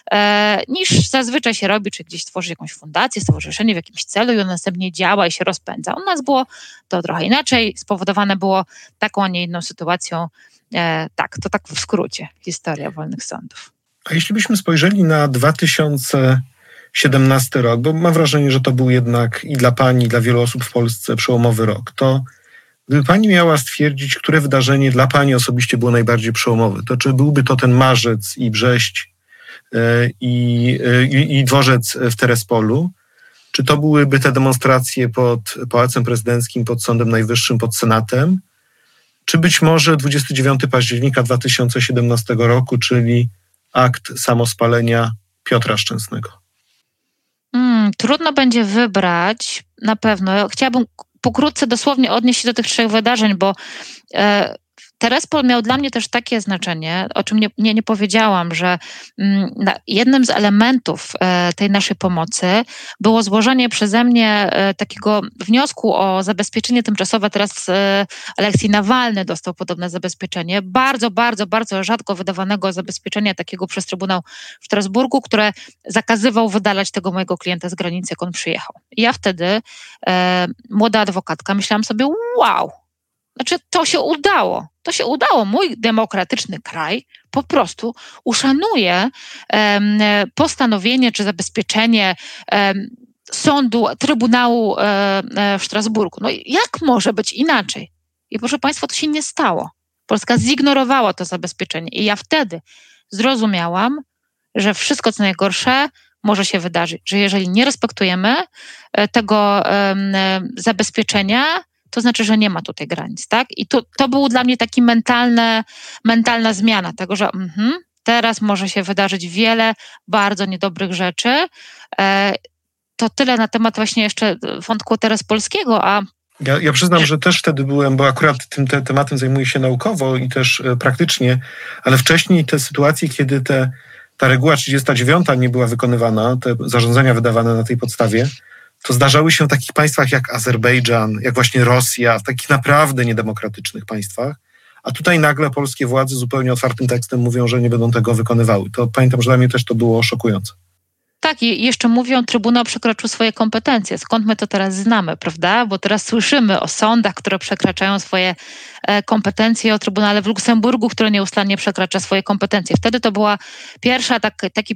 e, niż zazwyczaj się robi, czy gdzieś tworzy jakąś fundację, stowarzyszenie w jakimś celu i on następnie działa i się rozpędza. U nas było to trochę inaczej, spowodowane było taką, a nie inną sytuacją. E, tak, to tak w skrócie historia wolnych sądów. A jeśli byśmy spojrzeli na dwa tysiące siedemnasty rok, bo mam wrażenie, że to był jednak i dla pani, i dla wielu osób w Polsce przełomowy rok, to gdyby pani miała stwierdzić, które wydarzenie dla pani osobiście było najbardziej przełomowe, to czy byłby to ten marzec i Brześć i, i, i dworzec w Terespolu, czy to byłyby te demonstracje pod Pałacem Prezydenckim, pod Sądem Najwyższym, pod Senatem, czy być może dwudziestego dziewiątego października dwa tysiące siedemnastego roku, czyli akt samospalenia Piotra Szczęsnego? Hmm, trudno będzie wybrać, na pewno. Chciałabym pokrótce dosłownie odnieść się do tych trzech wydarzeń, bo e, Terespol miał dla mnie też takie znaczenie, o czym nie, nie, nie powiedziałam, że mm, jednym z elementów e, tej naszej pomocy było złożenie przeze mnie e, takiego wniosku o zabezpieczenie tymczasowe. Teraz e, Aleksiej Nawalny dostał podobne zabezpieczenie. Bardzo, bardzo, bardzo rzadko wydawanego zabezpieczenia takiego przez Trybunał w Strasburgu, które zakazywał wydalać tego mojego klienta z granicy, jak on przyjechał. I ja wtedy, e, młoda adwokatka, myślałam sobie, wow, znaczy to się udało. To się udało. Mój demokratyczny kraj po prostu uszanuje um, postanowienie czy zabezpieczenie um, sądu, Trybunału um, w Strasburgu. No jak może być inaczej? I proszę Państwa, to się nie stało. Polska zignorowała to zabezpieczenie. I ja wtedy zrozumiałam, że wszystko co najgorsze może się wydarzyć. Że jeżeli nie respektujemy tego um, zabezpieczenia, to znaczy, że nie ma tutaj granic, tak? I to, to był dla mnie taki mentalne, mentalna zmiana tego, że mm, teraz może się wydarzyć wiele bardzo niedobrych rzeczy. E, to tyle na temat właśnie jeszcze wątku terespolskiego, a Ja, ja przyznam, że też wtedy byłem, bo akurat tym te, tematem zajmuję się naukowo i też e, praktycznie, ale wcześniej te sytuacje, kiedy te, ta reguła trzydziesta dziewiąta nie była wykonywana, te zarządzenia wydawane na tej podstawie, to zdarzały się w takich państwach jak Azerbejdżan, jak właśnie Rosja, w takich naprawdę niedemokratycznych państwach, a tutaj nagle polskie władze zupełnie otwartym tekstem mówią, że nie będą tego wykonywały. To pamiętam, że dla mnie też to było szokujące. Tak, i jeszcze mówią, Trybunał przekroczył swoje kompetencje. Skąd my to teraz znamy, prawda? Bo teraz słyszymy o sądach, które przekraczają swoje kompetencje, o Trybunale w Luksemburgu, który nieustannie przekracza swoje kompetencje. Wtedy to była pierwsza tak, taki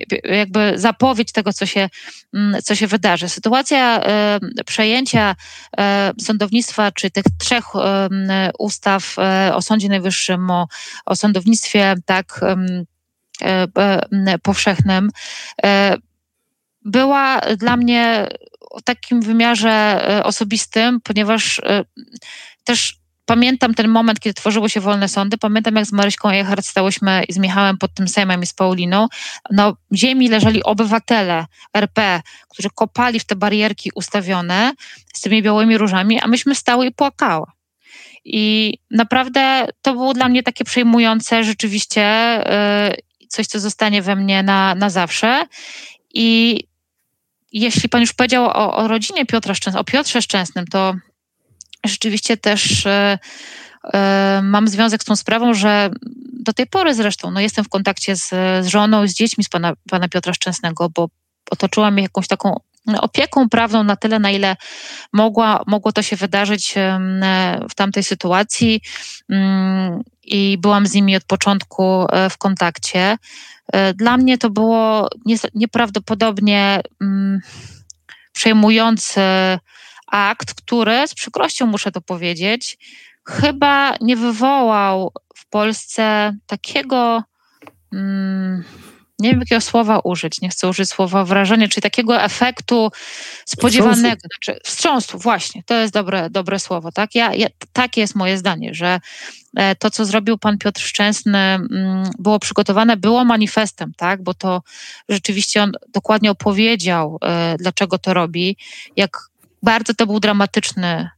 jakby zapowiedź tego, co się, co się wydarzy. Sytuacja e, przejęcia e, sądownictwa, czy tych trzech e, ustaw e, o Sądzie Najwyższym, o, o sądownictwie, tak, e, powszechnym, była dla mnie w takim wymiarze osobistym, ponieważ też pamiętam ten moment, kiedy tworzyły się wolne sądy, pamiętam jak z Maryśką Eichardt stałyśmy i z Michałem pod tym Sejmem i z Pauliną. Na ziemi leżeli obywatele er pe, którzy kopali w te barierki ustawione z tymi białymi różami, a myśmy stały i płakały. I naprawdę to było dla mnie takie przejmujące rzeczywiście, coś, co zostanie we mnie na, na zawsze. I jeśli pan już powiedział o, o rodzinie Piotra Szczęsnego, o Piotrze Szczęsnym, to rzeczywiście też e, e, mam związek z tą sprawą, że do tej pory zresztą no, jestem w kontakcie z, z żoną i z dziećmi z pana, pana Piotra Szczęsnego, bo otoczyłam je jakąś taką opieką prawną na tyle, na ile mogła, mogło to się wydarzyć w tamtej sytuacji i byłam z nimi od początku w kontakcie. Dla mnie to było nieprawdopodobnie przejmujący akt, który, z przykrością muszę to powiedzieć, chyba nie wywołał w Polsce takiego... nie wiem, jakiego słowa użyć, nie chcę użyć słowa wrażenie, czyli takiego efektu spodziewanego, wstrząsu. Znaczy wstrząsu, właśnie, to jest dobre, dobre słowo, tak? Ja, ja, takie jest moje zdanie, że to, co zrobił pan Piotr Szczęsny, było przygotowane, było manifestem, tak? Bo to rzeczywiście on dokładnie opowiedział, dlaczego to robi, jak bardzo to był dramatyczny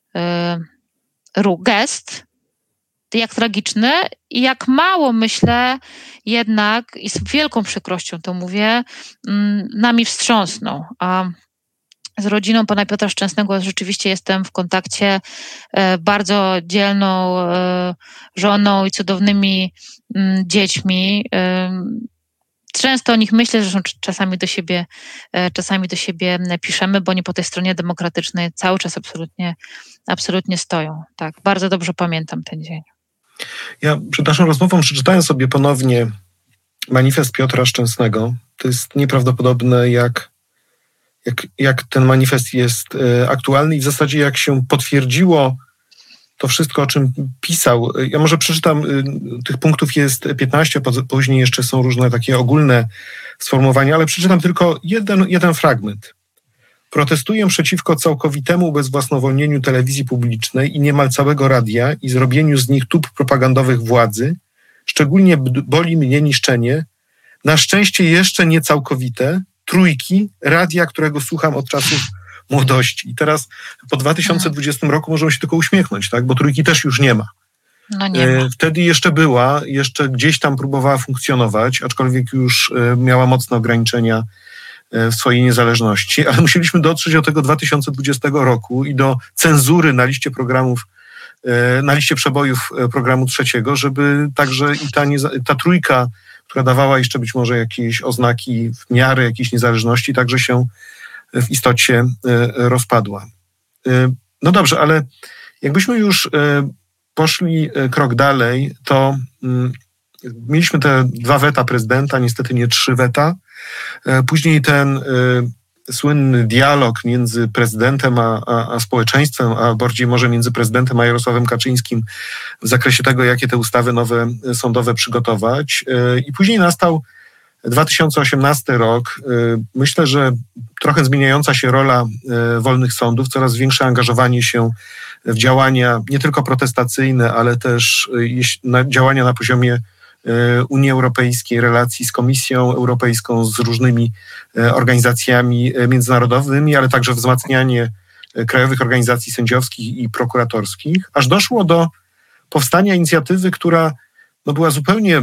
ruch, gest, jak tragiczny i jak mało, myślę, jednak, i z wielką przykrością to mówię, nami wstrząsnął. A z rodziną pana Piotra Szczęsnego rzeczywiście jestem w kontakcie, bardzo dzielną żoną i cudownymi dziećmi. Często o nich myślę, że czasami do siebie, czasami do siebie piszemy, bo oni po tej stronie demokratycznej cały czas absolutnie, absolutnie stoją. Tak, bardzo dobrze pamiętam ten dzień. Ja przed naszą rozmową przeczytałem sobie ponownie manifest Piotra Szczęsnego. To jest nieprawdopodobne, jak, jak, jak ten manifest jest e, aktualny i w zasadzie jak się potwierdziło to wszystko, o czym pisał. Ja może przeczytam, e, tych punktów jest piętnaście, później jeszcze są różne takie ogólne sformułowania, ale przeczytam tylko jeden, jeden fragment. Protestuję przeciwko całkowitemu ubezwłasnowolnieniu telewizji publicznej i niemal całego radia i zrobieniu z nich tub propagandowych władzy. Szczególnie boli mnie niszczenie, na szczęście jeszcze nie całkowite, trójki, radia, którego słucham od czasów młodości. I teraz po dwa tysiące dwudziestym roku możemy się tylko uśmiechnąć, tak? Bo trójki też już nie ma. No nie ma. Wtedy jeszcze była, jeszcze gdzieś tam próbowała funkcjonować, aczkolwiek już miała mocne ograniczenia w swojej niezależności, ale musieliśmy dotrzeć do tego dwa tysiące dwudziestego roku i do cenzury na liście programów, na liście przebojów programu trzeciego, żeby także i ta, ta trójka, która dawała jeszcze być może jakieś oznaki w miarę jakiejś niezależności, także się w istocie rozpadła. No dobrze, ale jakbyśmy już poszli krok dalej, to mieliśmy te dwa weta prezydenta, niestety nie trzy weta. Później ten słynny dialog między prezydentem a, a, a społeczeństwem, a bardziej może między prezydentem a Jarosławem Kaczyńskim w zakresie tego, jakie te ustawy nowe sądowe przygotować. I później nastał dwa tysiące osiemnasty rok. Myślę, że trochę zmieniająca się rola wolnych sądów, coraz większe angażowanie się w działania nie tylko protestacyjne, ale też działania na poziomie Unii Europejskiej, relacji z Komisją Europejską, z różnymi organizacjami międzynarodowymi, ale także wzmacnianie krajowych organizacji sędziowskich i prokuratorskich, aż doszło do powstania inicjatywy, która no, była zupełnie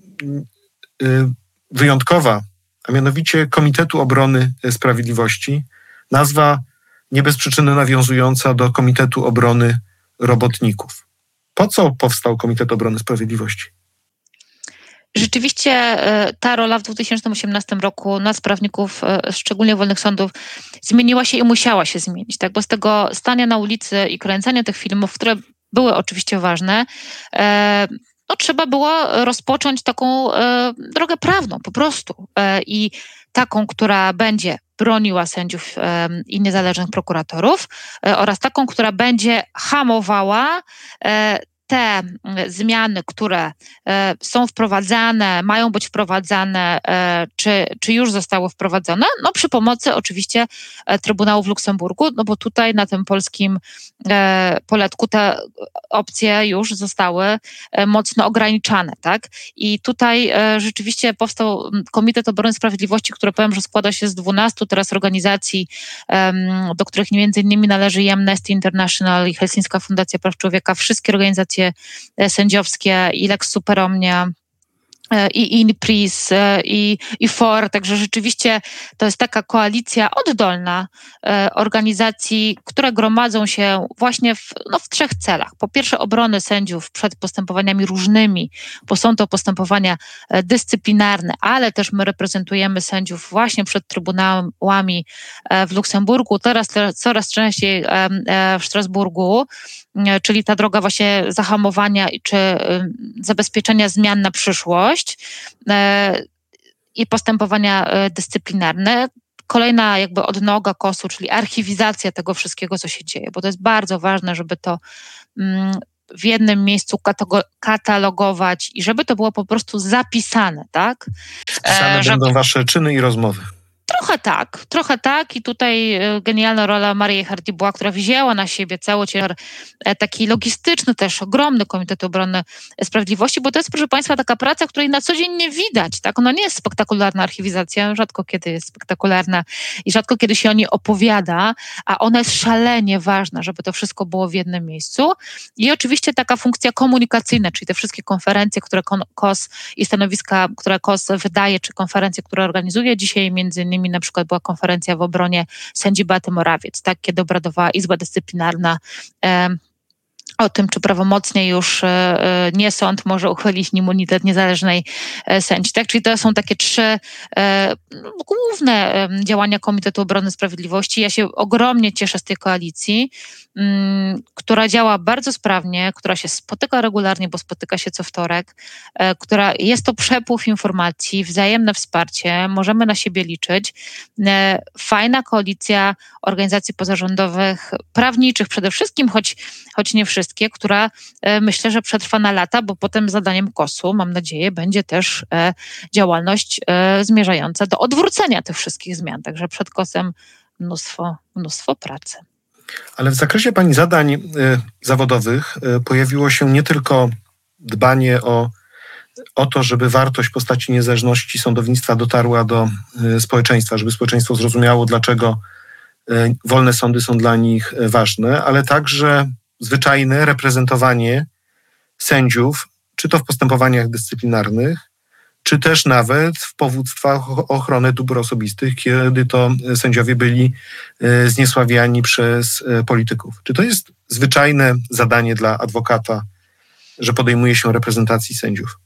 wyjątkowa, a mianowicie Komitetu Obrony Sprawiedliwości. Nazwa nie bez przyczyny nawiązująca do Komitetu Obrony Robotników. Po co powstał Komitet Obrony Sprawiedliwości? Rzeczywiście ta rola w dwa tysiące osiemnastym roku nas prawników, szczególnie wolnych sądów, zmieniła się i musiała się zmienić, tak? Bo z tego stania na ulicy i kręcenia tych filmów, które były oczywiście ważne, no, trzeba było rozpocząć taką drogę prawną po prostu i taką, która będzie broniła sędziów i niezależnych prokuratorów oraz taką, która będzie hamowała te zmiany, które są wprowadzane, mają być wprowadzane, czy, czy już zostały wprowadzone, no przy pomocy oczywiście Trybunału w Luksemburgu, no bo tutaj na tym polskim poletku te opcje już zostały mocno ograniczane, tak? I tutaj rzeczywiście powstał Komitet Obrony Sprawiedliwości, który powiem, że składa się z dwunastu teraz organizacji, do których między innymi należy i Amnesty International, i Helsińska Fundacja Praw Człowieka, wszystkie organizacje sędziowskie, i Lex Super Omnia, i INPRIS, i, i F O R, także rzeczywiście to jest taka koalicja oddolna organizacji, które gromadzą się właśnie w, no, w trzech celach. Po pierwsze, obrony sędziów przed postępowaniami różnymi, bo są to postępowania dyscyplinarne, ale też my reprezentujemy sędziów właśnie przed trybunałami w Luksemburgu, teraz coraz częściej w Strasburgu, czyli ta droga właśnie zahamowania czy zabezpieczenia zmian na przyszłość i postępowania dyscyplinarne. Kolejna jakby odnoga kosu, czyli archiwizacja tego wszystkiego, co się dzieje, bo to jest bardzo ważne, żeby to w jednym miejscu katalogować i żeby to było po prostu zapisane, tak? Zapisane żeby... będą wasze czyny i rozmowy. Trochę tak, trochę tak i tutaj genialna rola Marii Hardy-Bois, która wzięła na siebie cały ciężar taki logistyczny też, ogromny Komitetu Obrony Sprawiedliwości, bo to jest, proszę Państwa, taka praca, której na co dzień nie widać, tak? Ona nie jest spektakularna archiwizacja, rzadko kiedy jest spektakularna i rzadko kiedy się o niej opowiada, a ona jest szalenie ważna, żeby to wszystko było w jednym miejscu i oczywiście taka funkcja komunikacyjna, czyli te wszystkie konferencje, które K O S i stanowiska, które K O S wydaje, czy konferencje, które organizuje. Dzisiaj między innymi na przykład była konferencja w obronie sędzi Beaty Morawiec, tak, kiedy obradowała Izba Dyscyplinarna e, o tym, czy prawomocnie już e, nie sąd może uchylić immunitet niezależnej e, sędzi. Tak? Czyli to są takie trzy e, główne e, działania Komitetu Obrony Sprawiedliwości. Ja się ogromnie cieszę z tej koalicji, m, która działa bardzo sprawnie, która się spotyka regularnie, bo spotyka się co wtorek, e, która jest to przepływ informacji, wzajemne wsparcie, możemy na siebie liczyć. E, fajna koalicja organizacji pozarządowych, prawniczych przede wszystkim, choć, choć nie wszystkie, która e, myślę, że przetrwa na lata, bo potem zadaniem K O S-u, mam nadzieję, będzie też e, działalność e, zmierzająca do odwrócenia tych wszystkich zmian. Także przed K O S-em mnóstwo, mnóstwo pracy. Ale w zakresie pani zadań y, zawodowych y, pojawiło się nie tylko dbanie o, o to, żeby wartość postaci niezależności sądownictwa dotarła do y, społeczeństwa, żeby społeczeństwo zrozumiało, dlaczego y, wolne sądy są dla nich ważne, ale także zwyczajne reprezentowanie sędziów, czy to w postępowaniach dyscyplinarnych, czy też nawet w powództwach o ochronę dóbr osobistych, kiedy to sędziowie byli zniesławiani przez polityków. Czy to jest zwyczajne zadanie dla adwokata, że podejmuje się reprezentacji sędziów?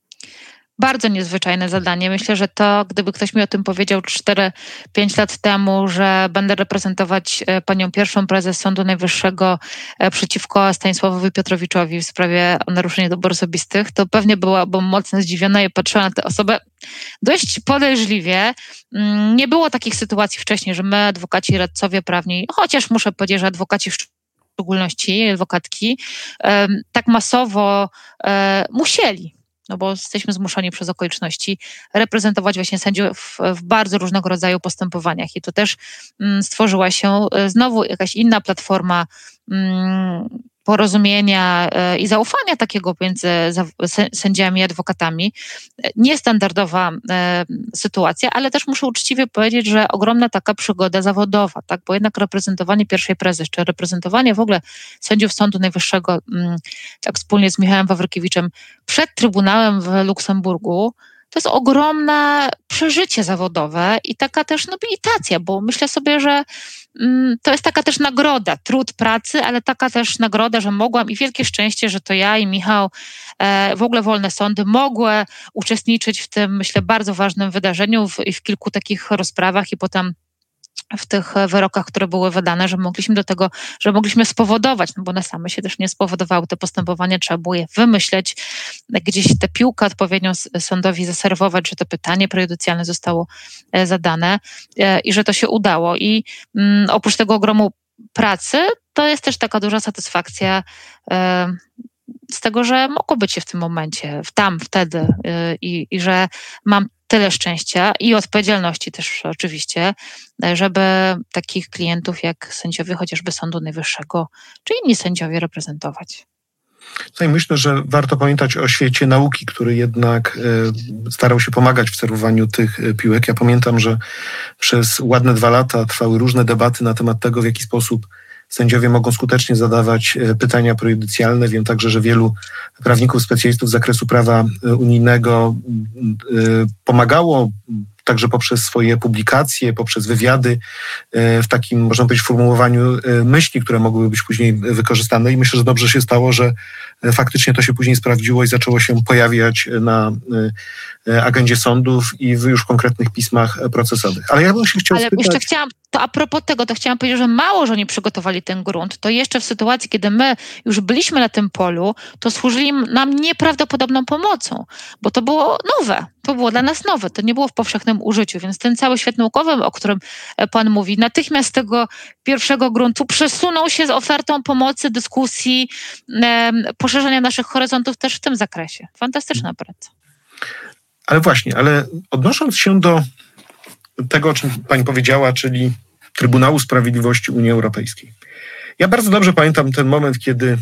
Bardzo niezwyczajne zadanie. Myślę, że to, gdyby ktoś mi o tym powiedział cztery pięć lat temu, że będę reprezentować panią pierwszą prezes Sądu Najwyższego przeciwko Stanisławowi Piotrowiczowi w sprawie o naruszenie dóbr osobistych, to pewnie byłabym mocno zdziwiona i patrzyła na tę osobę dość podejrzliwie. Nie było takich sytuacji wcześniej, że my, adwokaci, radcowie prawni, chociaż muszę powiedzieć, że adwokaci w szczególności, adwokatki, tak masowo musieli, no bo jesteśmy zmuszeni przez okoliczności, reprezentować właśnie sędziów w, w bardzo różnego rodzaju postępowaniach. I to też mm, stworzyła się znowu jakaś inna platforma mm, porozumienia y, i zaufania takiego między za, sędziami i adwokatami. Niestandardowa y, sytuacja, ale też muszę uczciwie powiedzieć, że ogromna taka przygoda zawodowa, tak? Bo jednak reprezentowanie pierwszej prezes, czy reprezentowanie w ogóle sędziów Sądu Najwyższego, y, tak wspólnie z Michałem Wawrykiewiczem przed Trybunałem w Luksemburgu, to jest ogromne przeżycie zawodowe i taka też nobilitacja, bo myślę sobie, że mm, to jest taka też nagroda, trud pracy, ale taka też nagroda, że mogłam i wielkie szczęście, że to ja i Michał, e, w ogóle Wolne Sądy, mogły uczestniczyć w tym, myślę, bardzo ważnym wydarzeniu w, i w kilku takich rozprawach i potem w tych wyrokach, które były wydane, że mogliśmy do tego, że mogliśmy spowodować, no bo one same się też nie spowodowały, te postępowania, trzeba było je wymyśleć, gdzieś tę piłkę odpowiednio sądowi zaserwować, że to pytanie prejudycjalne zostało zadane i że to się udało. I mm, oprócz tego ogromu pracy, to jest też taka duża satysfakcja e, z tego, że mogło być się w tym momencie, w tam, wtedy e, i, i że mam tyle szczęścia i odpowiedzialności też oczywiście, żeby takich klientów jak sędziowie chociażby Sądu Najwyższego, czy inni sędziowie reprezentować. Tutaj myślę, że warto pamiętać o świecie nauki, który jednak starał się pomagać w serwowaniu tych piłek. Ja pamiętam, że przez ładne dwa lata trwały różne debaty na temat tego, w jaki sposób sędziowie mogą skutecznie zadawać pytania prejudycjalne. Wiem także, że wielu prawników, specjalistów z zakresu prawa unijnego pomagało także poprzez swoje publikacje, poprzez wywiady w takim, można powiedzieć, formułowaniu myśli, które mogłyby być później wykorzystane i myślę, że dobrze się stało, że faktycznie to się później sprawdziło i zaczęło się pojawiać na agendzie sądów i w już konkretnych pismach procesowych. Ale ja bym się chciał Ale spytać... jeszcze chciałam, to a propos tego, to chciałam powiedzieć, że mało, że oni przygotowali ten grunt, to jeszcze w sytuacji, kiedy my już byliśmy na tym polu, to służyli nam nieprawdopodobną pomocą, bo to było nowe, to było dla nas nowe, to nie było w powszechnym użyciu, więc ten cały świat naukowy, o którym pan mówi, natychmiast z tego pierwszego gruntu przesunął się z ofertą pomocy, dyskusji, poszerzenia naszych horyzontów też w tym zakresie. Fantastyczna praca. Ale właśnie, ale odnosząc się do tego, o czym pani powiedziała, czyli Trybunału Sprawiedliwości Unii Europejskiej. Ja bardzo dobrze pamiętam ten moment, kiedy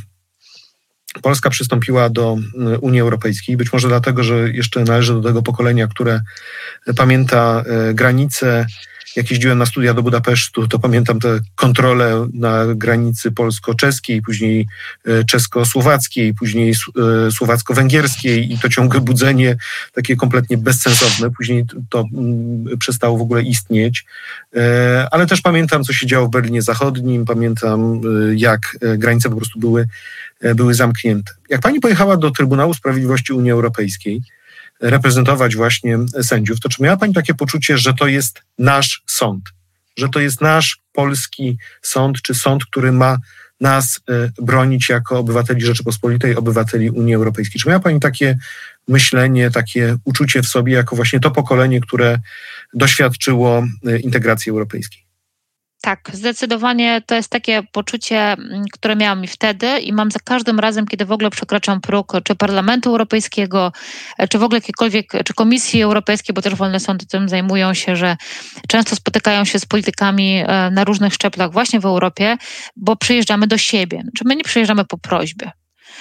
Polska przystąpiła do Unii Europejskiej. Być może dlatego, że jeszcze należę do tego pokolenia, które pamięta granice. Jak jeździłem na studia do Budapesztu, to pamiętam te kontrole na granicy polsko-czeskiej, później czesko-słowackiej, później słowacko-węgierskiej i to ciągłe budzenie takie kompletnie bezsensowne. Później to przestało w ogóle istnieć. Ale też pamiętam, co się działo w Berlinie Zachodnim, pamiętam, jak granice po prostu były, były zamknięte. Jak pani pojechała do Trybunału Sprawiedliwości Unii Europejskiej, reprezentować właśnie sędziów, to czy miała pani takie poczucie, że to jest nasz sąd, że to jest nasz polski sąd, czy sąd, który ma nas bronić jako obywateli Rzeczypospolitej, obywateli Unii Europejskiej? Czy miała pani takie myślenie, takie uczucie w sobie, jako właśnie to pokolenie, które doświadczyło integracji europejskiej? Tak, zdecydowanie to jest takie poczucie, które miałam i wtedy i mam za każdym razem, kiedy w ogóle przekraczam próg czy Parlamentu Europejskiego, czy w ogóle jakiejkolwiek, czy Komisji Europejskiej, bo też Wolne Sądy tym zajmują się, że często spotykają się z politykami na różnych szczeblach właśnie w Europie, bo przyjeżdżamy do siebie. Czy my nie przyjeżdżamy po prośbie,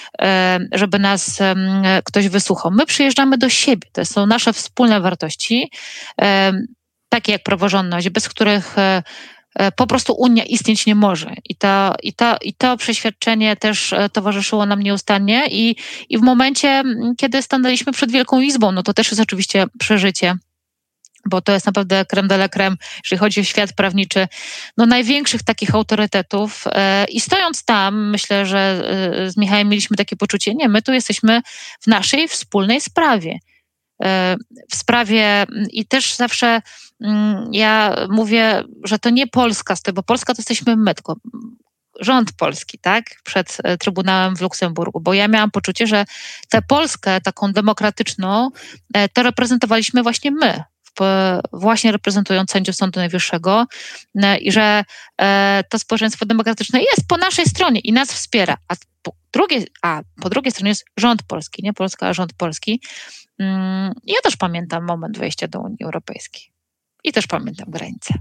żeby nas ktoś wysłuchał. My przyjeżdżamy do siebie. To są nasze wspólne wartości, takie jak praworządność, bez których po prostu Unia istnieć nie może. I to, i to, i to przeświadczenie też towarzyszyło nam nieustannie i, i w momencie, kiedy stanęliśmy przed Wielką Izbą, no to też jest oczywiście przeżycie, bo to jest naprawdę crème de la crème, jeżeli chodzi o świat prawniczy, no największych takich autorytetów. I stojąc tam, myślę, że z Michałem mieliśmy takie poczucie, nie, my tu jesteśmy w naszej wspólnej sprawie. W sprawie i też zawsze ja mówię, że to nie Polska stoi, bo Polska to jesteśmy my, tylko rząd polski, tak, przed Trybunałem w Luksemburgu, bo ja miałam poczucie, że tę Polskę taką demokratyczną to reprezentowaliśmy właśnie my, właśnie reprezentując sędziów Sądu Najwyższego i że to społeczeństwo demokratyczne jest po naszej stronie i nas wspiera, a po drugiej, a po drugiej stronie jest rząd polski, nie Polska, a rząd polski. Ja też pamiętam moment wejścia do Unii Europejskiej i też pamiętam granice.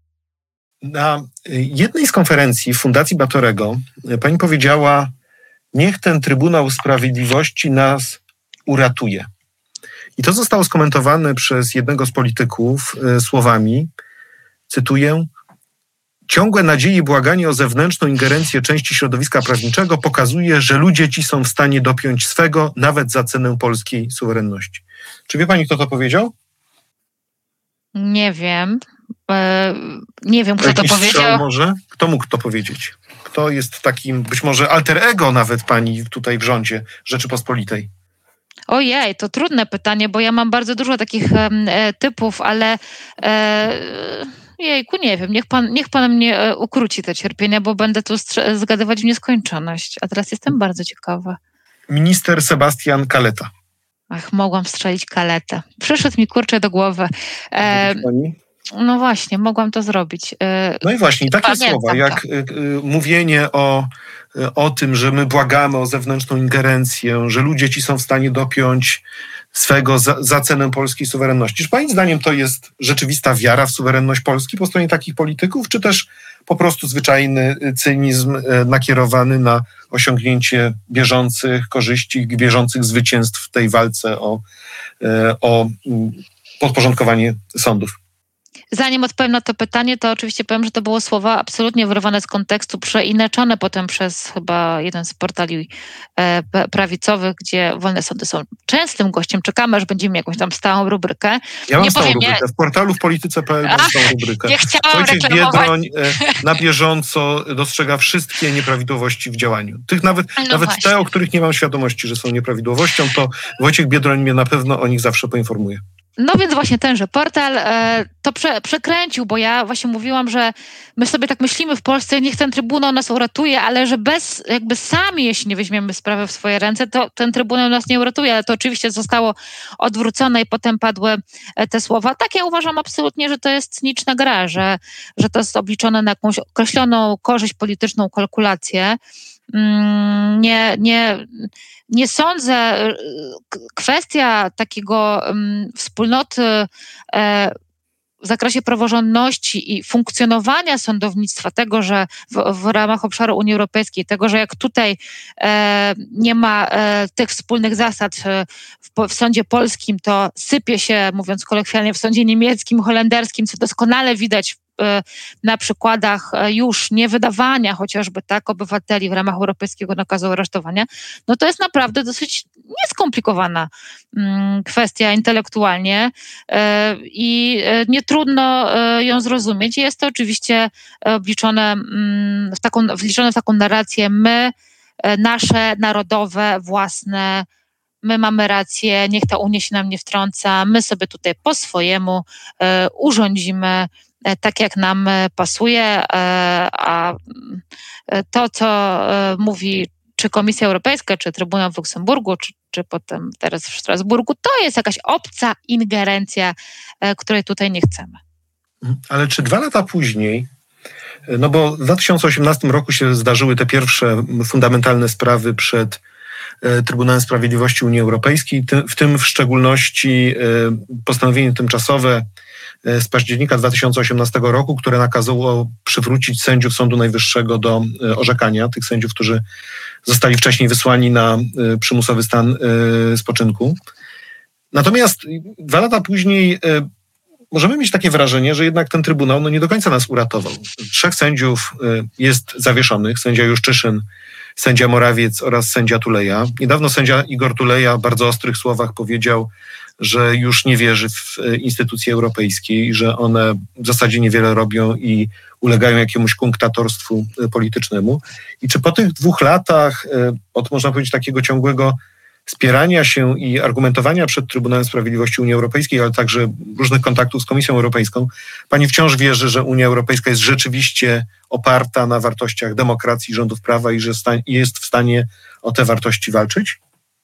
Na jednej z konferencji w Fundacji Batorego pani powiedziała, niech ten Trybunał Sprawiedliwości nas uratuje. I to zostało skomentowane przez jednego z polityków słowami, cytuję, ciągłe nadzieje i błaganie o zewnętrzną ingerencję części środowiska prawniczego pokazuje, że ludzie ci są w stanie dopiąć swego nawet za cenę polskiej suwerenności. Czy wie pani, kto to powiedział? Nie wiem. Nie wiem, kto Jakiś to powiedział. Może? Kto mógł to powiedzieć? Kto jest takim, być może alter ego nawet pani tutaj w rządzie Rzeczypospolitej? Ojej, to trudne pytanie, bo ja mam bardzo dużo takich e, typów, ale e, jejku, nie wiem, niech pan, niech pan mnie e, ukróci te cierpienia, bo będę tu strze- zgadywać w nieskończoność. A teraz jestem bardzo ciekawa. Minister Sebastian Kaleta. Ach, mogłam strzelić Kaletę. Przyszedł mi, kurczę, do głowy. E, pani? No właśnie, mogłam to zrobić. E, no i właśnie, takie pamiętam słowa, jak y, y, mówienie o, y, o tym, że my błagamy o zewnętrzną ingerencję, że ludzie ci są w stanie dopiąć swego za, za cenę polskiej suwerenności. Czy pani zdaniem to jest rzeczywista wiara w suwerenność Polski po stronie takich polityków, czy też po prostu zwyczajny cynizm y, nakierowany na osiągnięcie bieżących korzyści, bieżących zwycięstw w tej walce o, y, o y, podporządkowanie sądów? Zanim odpowiem na to pytanie, to oczywiście powiem, że to było słowa absolutnie wyrwane z kontekstu, przeinaczone potem przez chyba jeden z portali e, prawicowych, gdzie wolne sądy są częstym gościem. Czekamy, aż będziemy jakąś tam stałą rubrykę. Ja mam nie stałą powiem, rubrykę. Ja... W portalu w polityce kropka p l mam stałą rubrykę. Nie chciałam Wojciech reklamować. Biedroń e, na bieżąco dostrzega wszystkie nieprawidłowości w działaniu. Tych nawet, no nawet właśnie. te, o których nie mam świadomości, że są nieprawidłowością, to Wojciech Biedroń mnie na pewno o nich zawsze poinformuje. No więc właśnie tenże portal e, to prze, przekręcił, bo ja właśnie mówiłam, że my sobie tak myślimy w Polsce, niech ten Trybunał nas uratuje, ale że bez, jakby sami, jeśli nie weźmiemy sprawy w swoje ręce, to ten Trybunał nas nie uratuje, ale to oczywiście zostało odwrócone i potem padły te słowa. Tak, ja uważam absolutnie, że to jest cyniczna gra, że, że to jest obliczone na jakąś określoną korzyść polityczną, kalkulację. Mm, nie, nie, nie sądzę, kwestia takiego um, wspólnoty e, w zakresie praworządności i funkcjonowania sądownictwa, tego, że w, w ramach obszaru Unii Europejskiej, tego, że jak tutaj e, nie ma e, tych wspólnych zasad e, w, w sądzie polskim, to sypie się, mówiąc kolokwialnie, w sądzie niemieckim, holenderskim, co doskonale widać na przykładach już niewydawania chociażby tak obywateli w ramach europejskiego nakazu aresztowania, no to jest naprawdę dosyć nieskomplikowana kwestia intelektualnie i nie trudno ją zrozumieć. Jest to oczywiście obliczone w taką, wliczone w taką narrację my, nasze narodowe, własne, my mamy rację, niech ta Unia się nam nie wtrąca, my sobie tutaj po swojemu urządzimy tak, jak nam pasuje, a to, co mówi czy Komisja Europejska, czy Trybunał w Luksemburgu, czy, czy potem teraz w Strasburgu, to jest jakaś obca ingerencja, której tutaj nie chcemy. Ale czy dwa lata później, no bo w dwa tysiące osiemnastym roku się zdarzyły te pierwsze fundamentalne sprawy przed Trybunałem Sprawiedliwości Unii Europejskiej, w tym w szczególności postanowienie tymczasowe z października dwa tysiące osiemnastego roku, które nakazało przywrócić sędziów Sądu Najwyższego do orzekania, tych sędziów, którzy zostali wcześniej wysłani na przymusowy stan spoczynku. Natomiast dwa lata później możemy mieć takie wrażenie, że jednak ten Trybunał no, nie do końca nas uratował. Trzech sędziów jest zawieszonych, sędzia Juszczyszyn, sędzia Morawiec oraz sędzia Tuleja. Niedawno sędzia Igor Tuleja w bardzo ostrych słowach powiedział, że już nie wierzy w instytucje europejskie i że one w zasadzie niewiele robią i ulegają jakiemuś kunktatorstwu politycznemu. I czy po tych dwóch latach od, można powiedzieć, takiego ciągłego spierania się i argumentowania przed Trybunałem Sprawiedliwości Unii Europejskiej, ale także różnych kontaktów z Komisją Europejską, pani wciąż wierzy, że Unia Europejska jest rzeczywiście oparta na wartościach demokracji, rządów prawa i że jest w stanie o te wartości walczyć?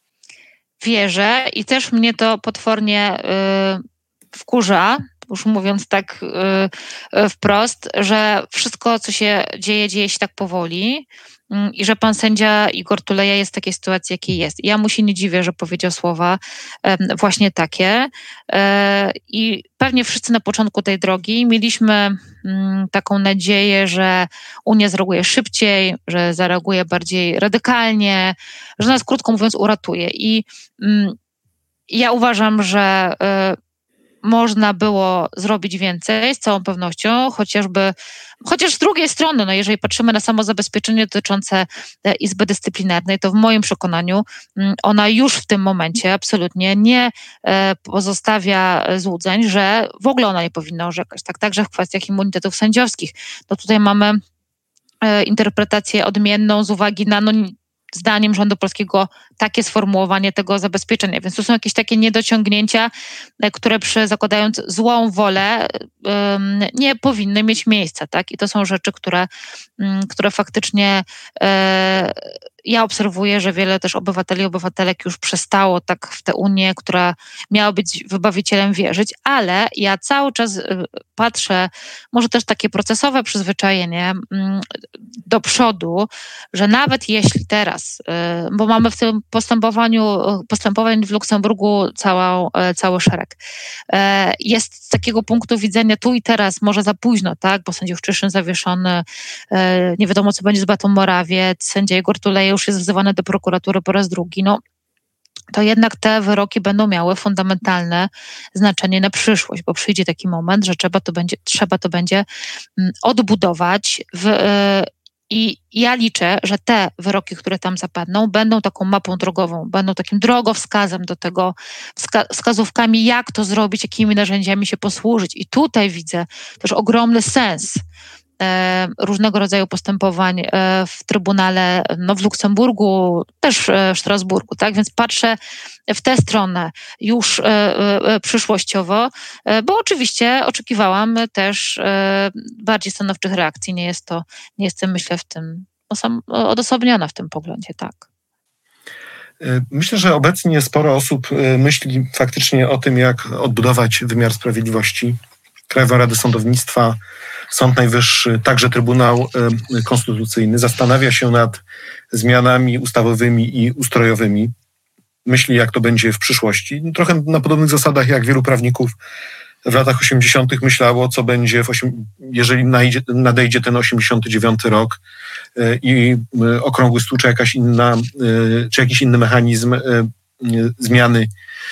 Wierzę i też mnie to potwornie yy, wkurza, już mówiąc tak yy, wprost, że wszystko, co się dzieje, dzieje się tak powoli yy, i że pan sędzia Igor Tuleja jest w takiej sytuacji, jakiej jest. Ja mu się nie dziwię, że powiedział słowa yy, właśnie takie yy, i pewnie wszyscy na początku tej drogi mieliśmy yy, taką nadzieję, że Unia zareaguje szybciej, że zareaguje bardziej radykalnie, że nas, krótko mówiąc, uratuje. I yy, ja uważam, że yy, można było zrobić więcej, z całą pewnością, chociażby, chociaż z drugiej strony, no jeżeli patrzymy na samozabezpieczenie dotyczące Izby Dyscyplinarnej, to w moim przekonaniu ona już w tym momencie absolutnie nie pozostawia złudzeń, że w ogóle ona nie powinna orzekać, tak, także w kwestiach immunitetów sędziowskich. No tutaj mamy interpretację odmienną z uwagi na, no, zdaniem rządu polskiego takie sformułowanie tego zabezpieczenia. Więc to są jakieś takie niedociągnięcia, które przy zakładając złą wolę um, nie powinny mieć miejsca, tak? I to są rzeczy, które, um, które faktycznie e, ja obserwuję, że wiele też obywateli i obywatelek już przestało tak w tę Unię, która miała być wybawicielem, wierzyć, ale ja cały czas patrzę, może też takie procesowe przyzwyczajenie um, do przodu, że nawet jeśli teraz, bo mamy w tym postępowaniu, postępowań w Luksemburgu całą, cały szereg, jest z takiego punktu widzenia tu i teraz, może za późno, tak, bo sędzia Juszczyszyn zawieszony, nie wiadomo co będzie z Beatą Morawiec, sędzia Igor Tuleja już jest wzywany do prokuratury po raz drugi, no to jednak te wyroki będą miały fundamentalne znaczenie na przyszłość, bo przyjdzie taki moment, że trzeba to będzie, trzeba to będzie odbudować w I ja liczę, że te wyroki, które tam zapadną, będą taką mapą drogową, będą takim drogowskazem do tego, wska- wskazówkami, jak to zrobić, jakimi narzędziami się posłużyć. I tutaj widzę też ogromny sens e, różnego rodzaju postępowań e, w Trybunale, no w Luksemburgu, też e, w Strasburgu, tak? Więc patrzę w tę stronę już e, e, przyszłościowo, e, bo oczywiście oczekiwałam też e, bardziej stanowczych reakcji. Nie jest to, nie jestem, myślę, w tym osam, odosobniona w tym poglądzie, tak. Myślę, że obecnie sporo osób myśli faktycznie o tym, jak odbudować wymiar sprawiedliwości. Krajową Radę Sądownictwa, Sąd Najwyższy, także Trybunał Konstytucyjny zastanawia się nad zmianami ustawowymi i ustrojowymi. Myśli, jak to będzie w przyszłości. Trochę na podobnych zasadach, jak wielu prawników w latach osiemdziesiątych myślało, co będzie, w osiem, jeżeli nadejdzie, nadejdzie ten osiemdziesiąty dziewiąty rok i okrągły stół, czy jakaś inna, czy jakiś inny mechanizm zmiany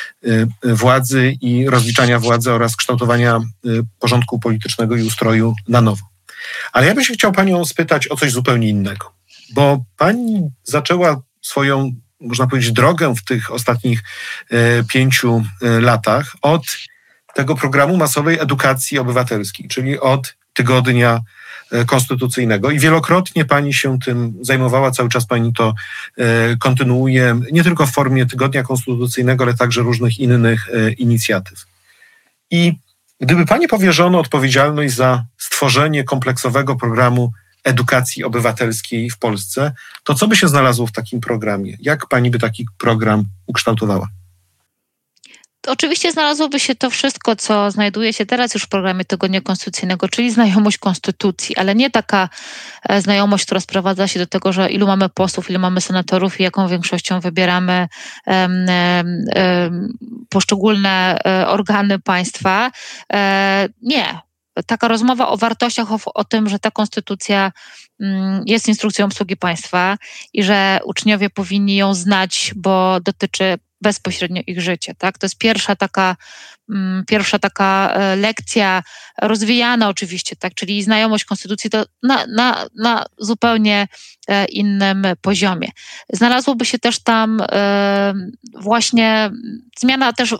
władzy i rozliczania władzy oraz kształtowania porządku politycznego i ustroju na nowo. Ale ja bym się chciał panią spytać o coś zupełnie innego, bo pani zaczęła swoją, można powiedzieć, drogę w tych ostatnich pięciu latach od tego programu masowej edukacji obywatelskiej, czyli od tygodnia konstytucyjnego i wielokrotnie pani się tym zajmowała, cały czas pani to kontynuuje, nie tylko w formie tygodnia konstytucyjnego, ale także różnych innych inicjatyw. I gdyby pani powierzono odpowiedzialność za stworzenie kompleksowego programu edukacji obywatelskiej w Polsce, to co by się znalazło w takim programie? Jak pani by taki program ukształtowała? Oczywiście znalazłoby się to wszystko, co znajduje się teraz już w programie Tygodnia Konstytucyjnego, czyli znajomość konstytucji, ale nie taka znajomość, która sprowadza się do tego, że ilu mamy posłów, ilu mamy senatorów i jaką większością wybieramy um, um, poszczególne organy państwa. E, nie. Taka rozmowa o wartościach, o, o tym, że ta konstytucja um, jest instrukcją obsługi państwa i że uczniowie powinni ją znać, bo dotyczy bezpośrednio ich życie. Tak? To jest pierwsza taka, pierwsza taka lekcja, rozwijana oczywiście, tak? Czyli znajomość konstytucji to na, na, na zupełnie innym poziomie. Znalazłoby się też tam właśnie zmiana też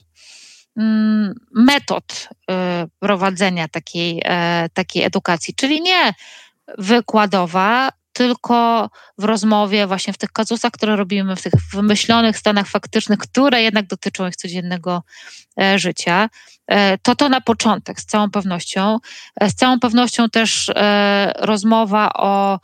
metod prowadzenia takiej, takiej edukacji, czyli nie wykładowa, tylko w rozmowie, właśnie w tych kazusach, które robimy, w tych wymyślonych stanach faktycznych, które jednak dotyczą ich codziennego życia. To to na początek, z całą pewnością. Z całą pewnością też rozmowa o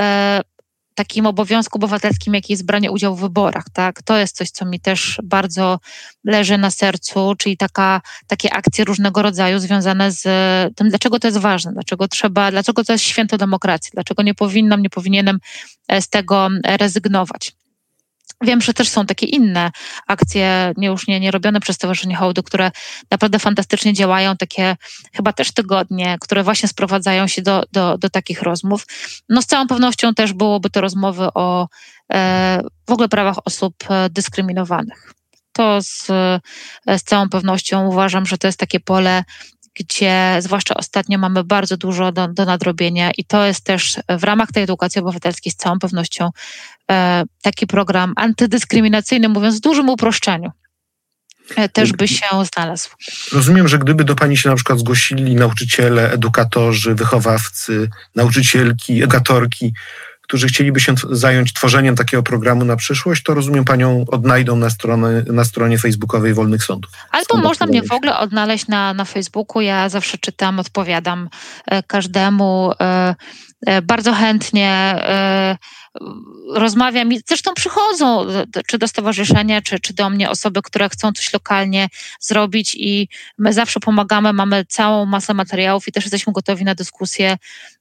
takim obowiązku obywatelskim, jaki jest branie udziału w wyborach. Tak? To jest coś, co mi też bardzo leży na sercu, czyli taka, takie akcje różnego rodzaju związane z tym, dlaczego to jest ważne, dlaczego trzeba, dlaczego to jest święto demokracji, dlaczego nie powinnam, nie powinienem z tego rezygnować. Wiem, że też są takie inne akcje, nie już nie, nie robione przez Stowarzyszenie Hołdu, które naprawdę fantastycznie działają, takie chyba też tygodnie, które właśnie sprowadzają się do, do, do takich rozmów. No z całą pewnością też byłoby to rozmowy o e, w ogóle prawach osób dyskryminowanych. To z, z całą pewnością uważam, że to jest takie pole, gdzie zwłaszcza ostatnio mamy bardzo dużo do, do nadrobienia i to jest też w ramach tej edukacji obywatelskiej z całą pewnością e, taki program antydyskryminacyjny, mówiąc w dużym uproszczeniu, e, też by się znalazł. Rozumiem, że gdyby do pani się na przykład zgłosili nauczyciele, edukatorzy, wychowawcy, nauczycielki, edukatorki, którzy chcieliby się zająć tworzeniem takiego programu na przyszłość, to rozumiem, panią odnajdą na, stronę, na stronie facebookowej Wolnych Sądów. Albo można mnie w ogóle odnaleźć na, na Facebooku. Ja zawsze czytam, odpowiadam e, każdemu e, e, bardzo chętnie. E, rozmawiam i zresztą przychodzą czy do stowarzyszenia, czy, czy do mnie osoby, które chcą coś lokalnie zrobić i my zawsze pomagamy, mamy całą masę materiałów i też jesteśmy gotowi na dyskusję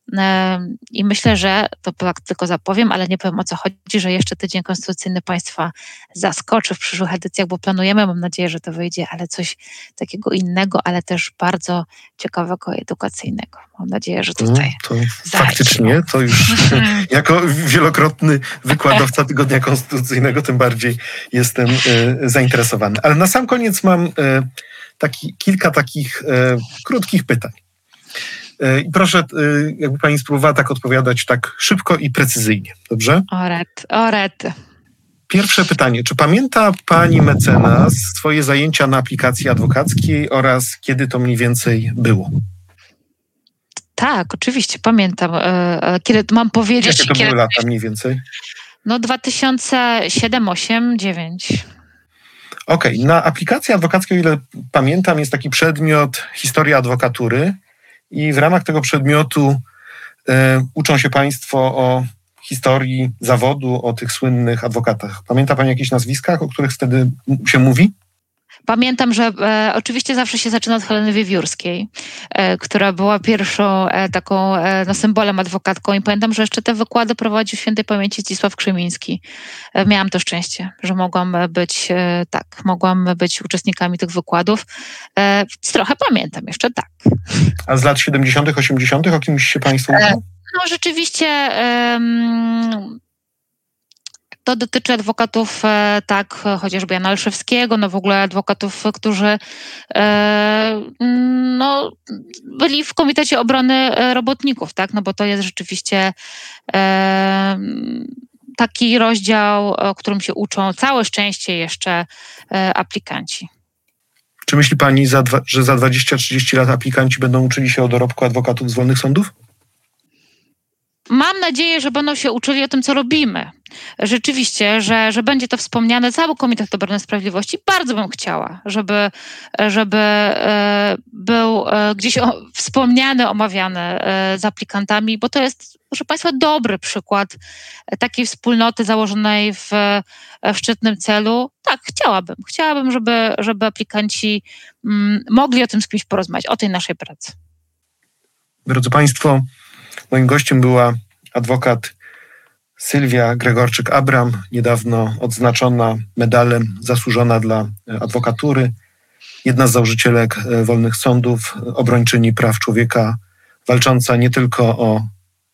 i myślę, że, to tak tylko zapowiem, ale nie powiem o co chodzi, że jeszcze Tydzień Konstytucyjny Państwa zaskoczy w przyszłych edycjach, bo planujemy, mam nadzieję, że to wyjdzie, ale coś takiego innego, ale też bardzo ciekawego i edukacyjnego. Mam nadzieję, że tutaj no, to faktycznie, to już jako wielokrotny wykładowca Tygodnia Konstytucyjnego tym bardziej jestem e, zainteresowany. Ale na sam koniec mam e, taki, kilka takich e, krótkich pytań. I proszę, jakby pani spróbowała tak odpowiadać tak szybko i precyzyjnie, dobrze? O rety, o rety. Pierwsze pytanie. Czy pamięta pani mecenas swoje zajęcia na aplikacji adwokackiej oraz kiedy to mniej więcej było? Tak, oczywiście, pamiętam. Kiedy mam powiedzieć... Jakie to kiedy... były lata mniej więcej? No dwa tysiące siedem, osiem, dziewięć. Okej, okay. Na aplikacji adwokackiej, o ile pamiętam, jest taki przedmiot historia adwokatury. I w ramach tego przedmiotu e, uczą się państwo o historii zawodu, o tych słynnych adwokatach. Pamięta pani jakieś nazwiska, o których wtedy się mówi? Pamiętam, że e, oczywiście zawsze się zaczyna od Heleny Wiewiórskiej, e, która była pierwszą e, taką e, no, symbolem adwokatką i pamiętam, że jeszcze te wykłady prowadził świętej pamięci Zdzisław Krzymiński. E, miałam to szczęście, że mogłam być, e, tak, mogłam być uczestnikami tych wykładów. E, trochę pamiętam jeszcze, tak. A z lat siedemdziesiątych, osiemdziesiątych o kimś się państwo uczą? E, no rzeczywiście... E, To dotyczy adwokatów, tak, chociażby Jana Olszewskiego, no w ogóle adwokatów, którzy no, byli w Komitecie Obrony Robotników, tak, no bo to jest rzeczywiście taki rozdział, o którym się uczą całe szczęście jeszcze aplikanci. Czy myśli pani, że za dwadzieścia trzydzieści lat aplikanci będą uczyli się o dorobku adwokatów z wolnych sądów? Mam nadzieję, że będą się uczyli o tym, co robimy. Rzeczywiście, że, że będzie to wspomniane. Cały Komitet Obrony Sprawiedliwości. Bardzo bym chciała, żeby, żeby e, był e, gdzieś o, wspomniany, omawiany e, z aplikantami, bo to jest, proszę państwa, dobry przykład takiej wspólnoty założonej w, w szczytnym celu. Tak, chciałabym. Chciałabym, żeby, żeby aplikanci m, mogli o tym z kimś porozmawiać, o tej naszej pracy. Drodzy państwo, moim gościem była adwokat Sylwia Gregorczyk-Abram, niedawno odznaczona medalem Zasłużona dla adwokatury, jedna z założycielek Wolnych Sądów, obrończyni praw człowieka, walcząca nie tylko o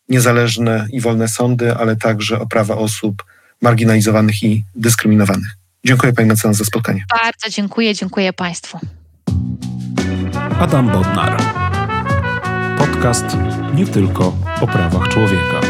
niezależne i wolne sądy, ale także o prawa osób marginalizowanych i dyskryminowanych. Dziękuję pani mecenas za spotkanie. Bardzo dziękuję, dziękuję państwu. Adam Bodnar. Podcast nie tylko o prawach człowieka.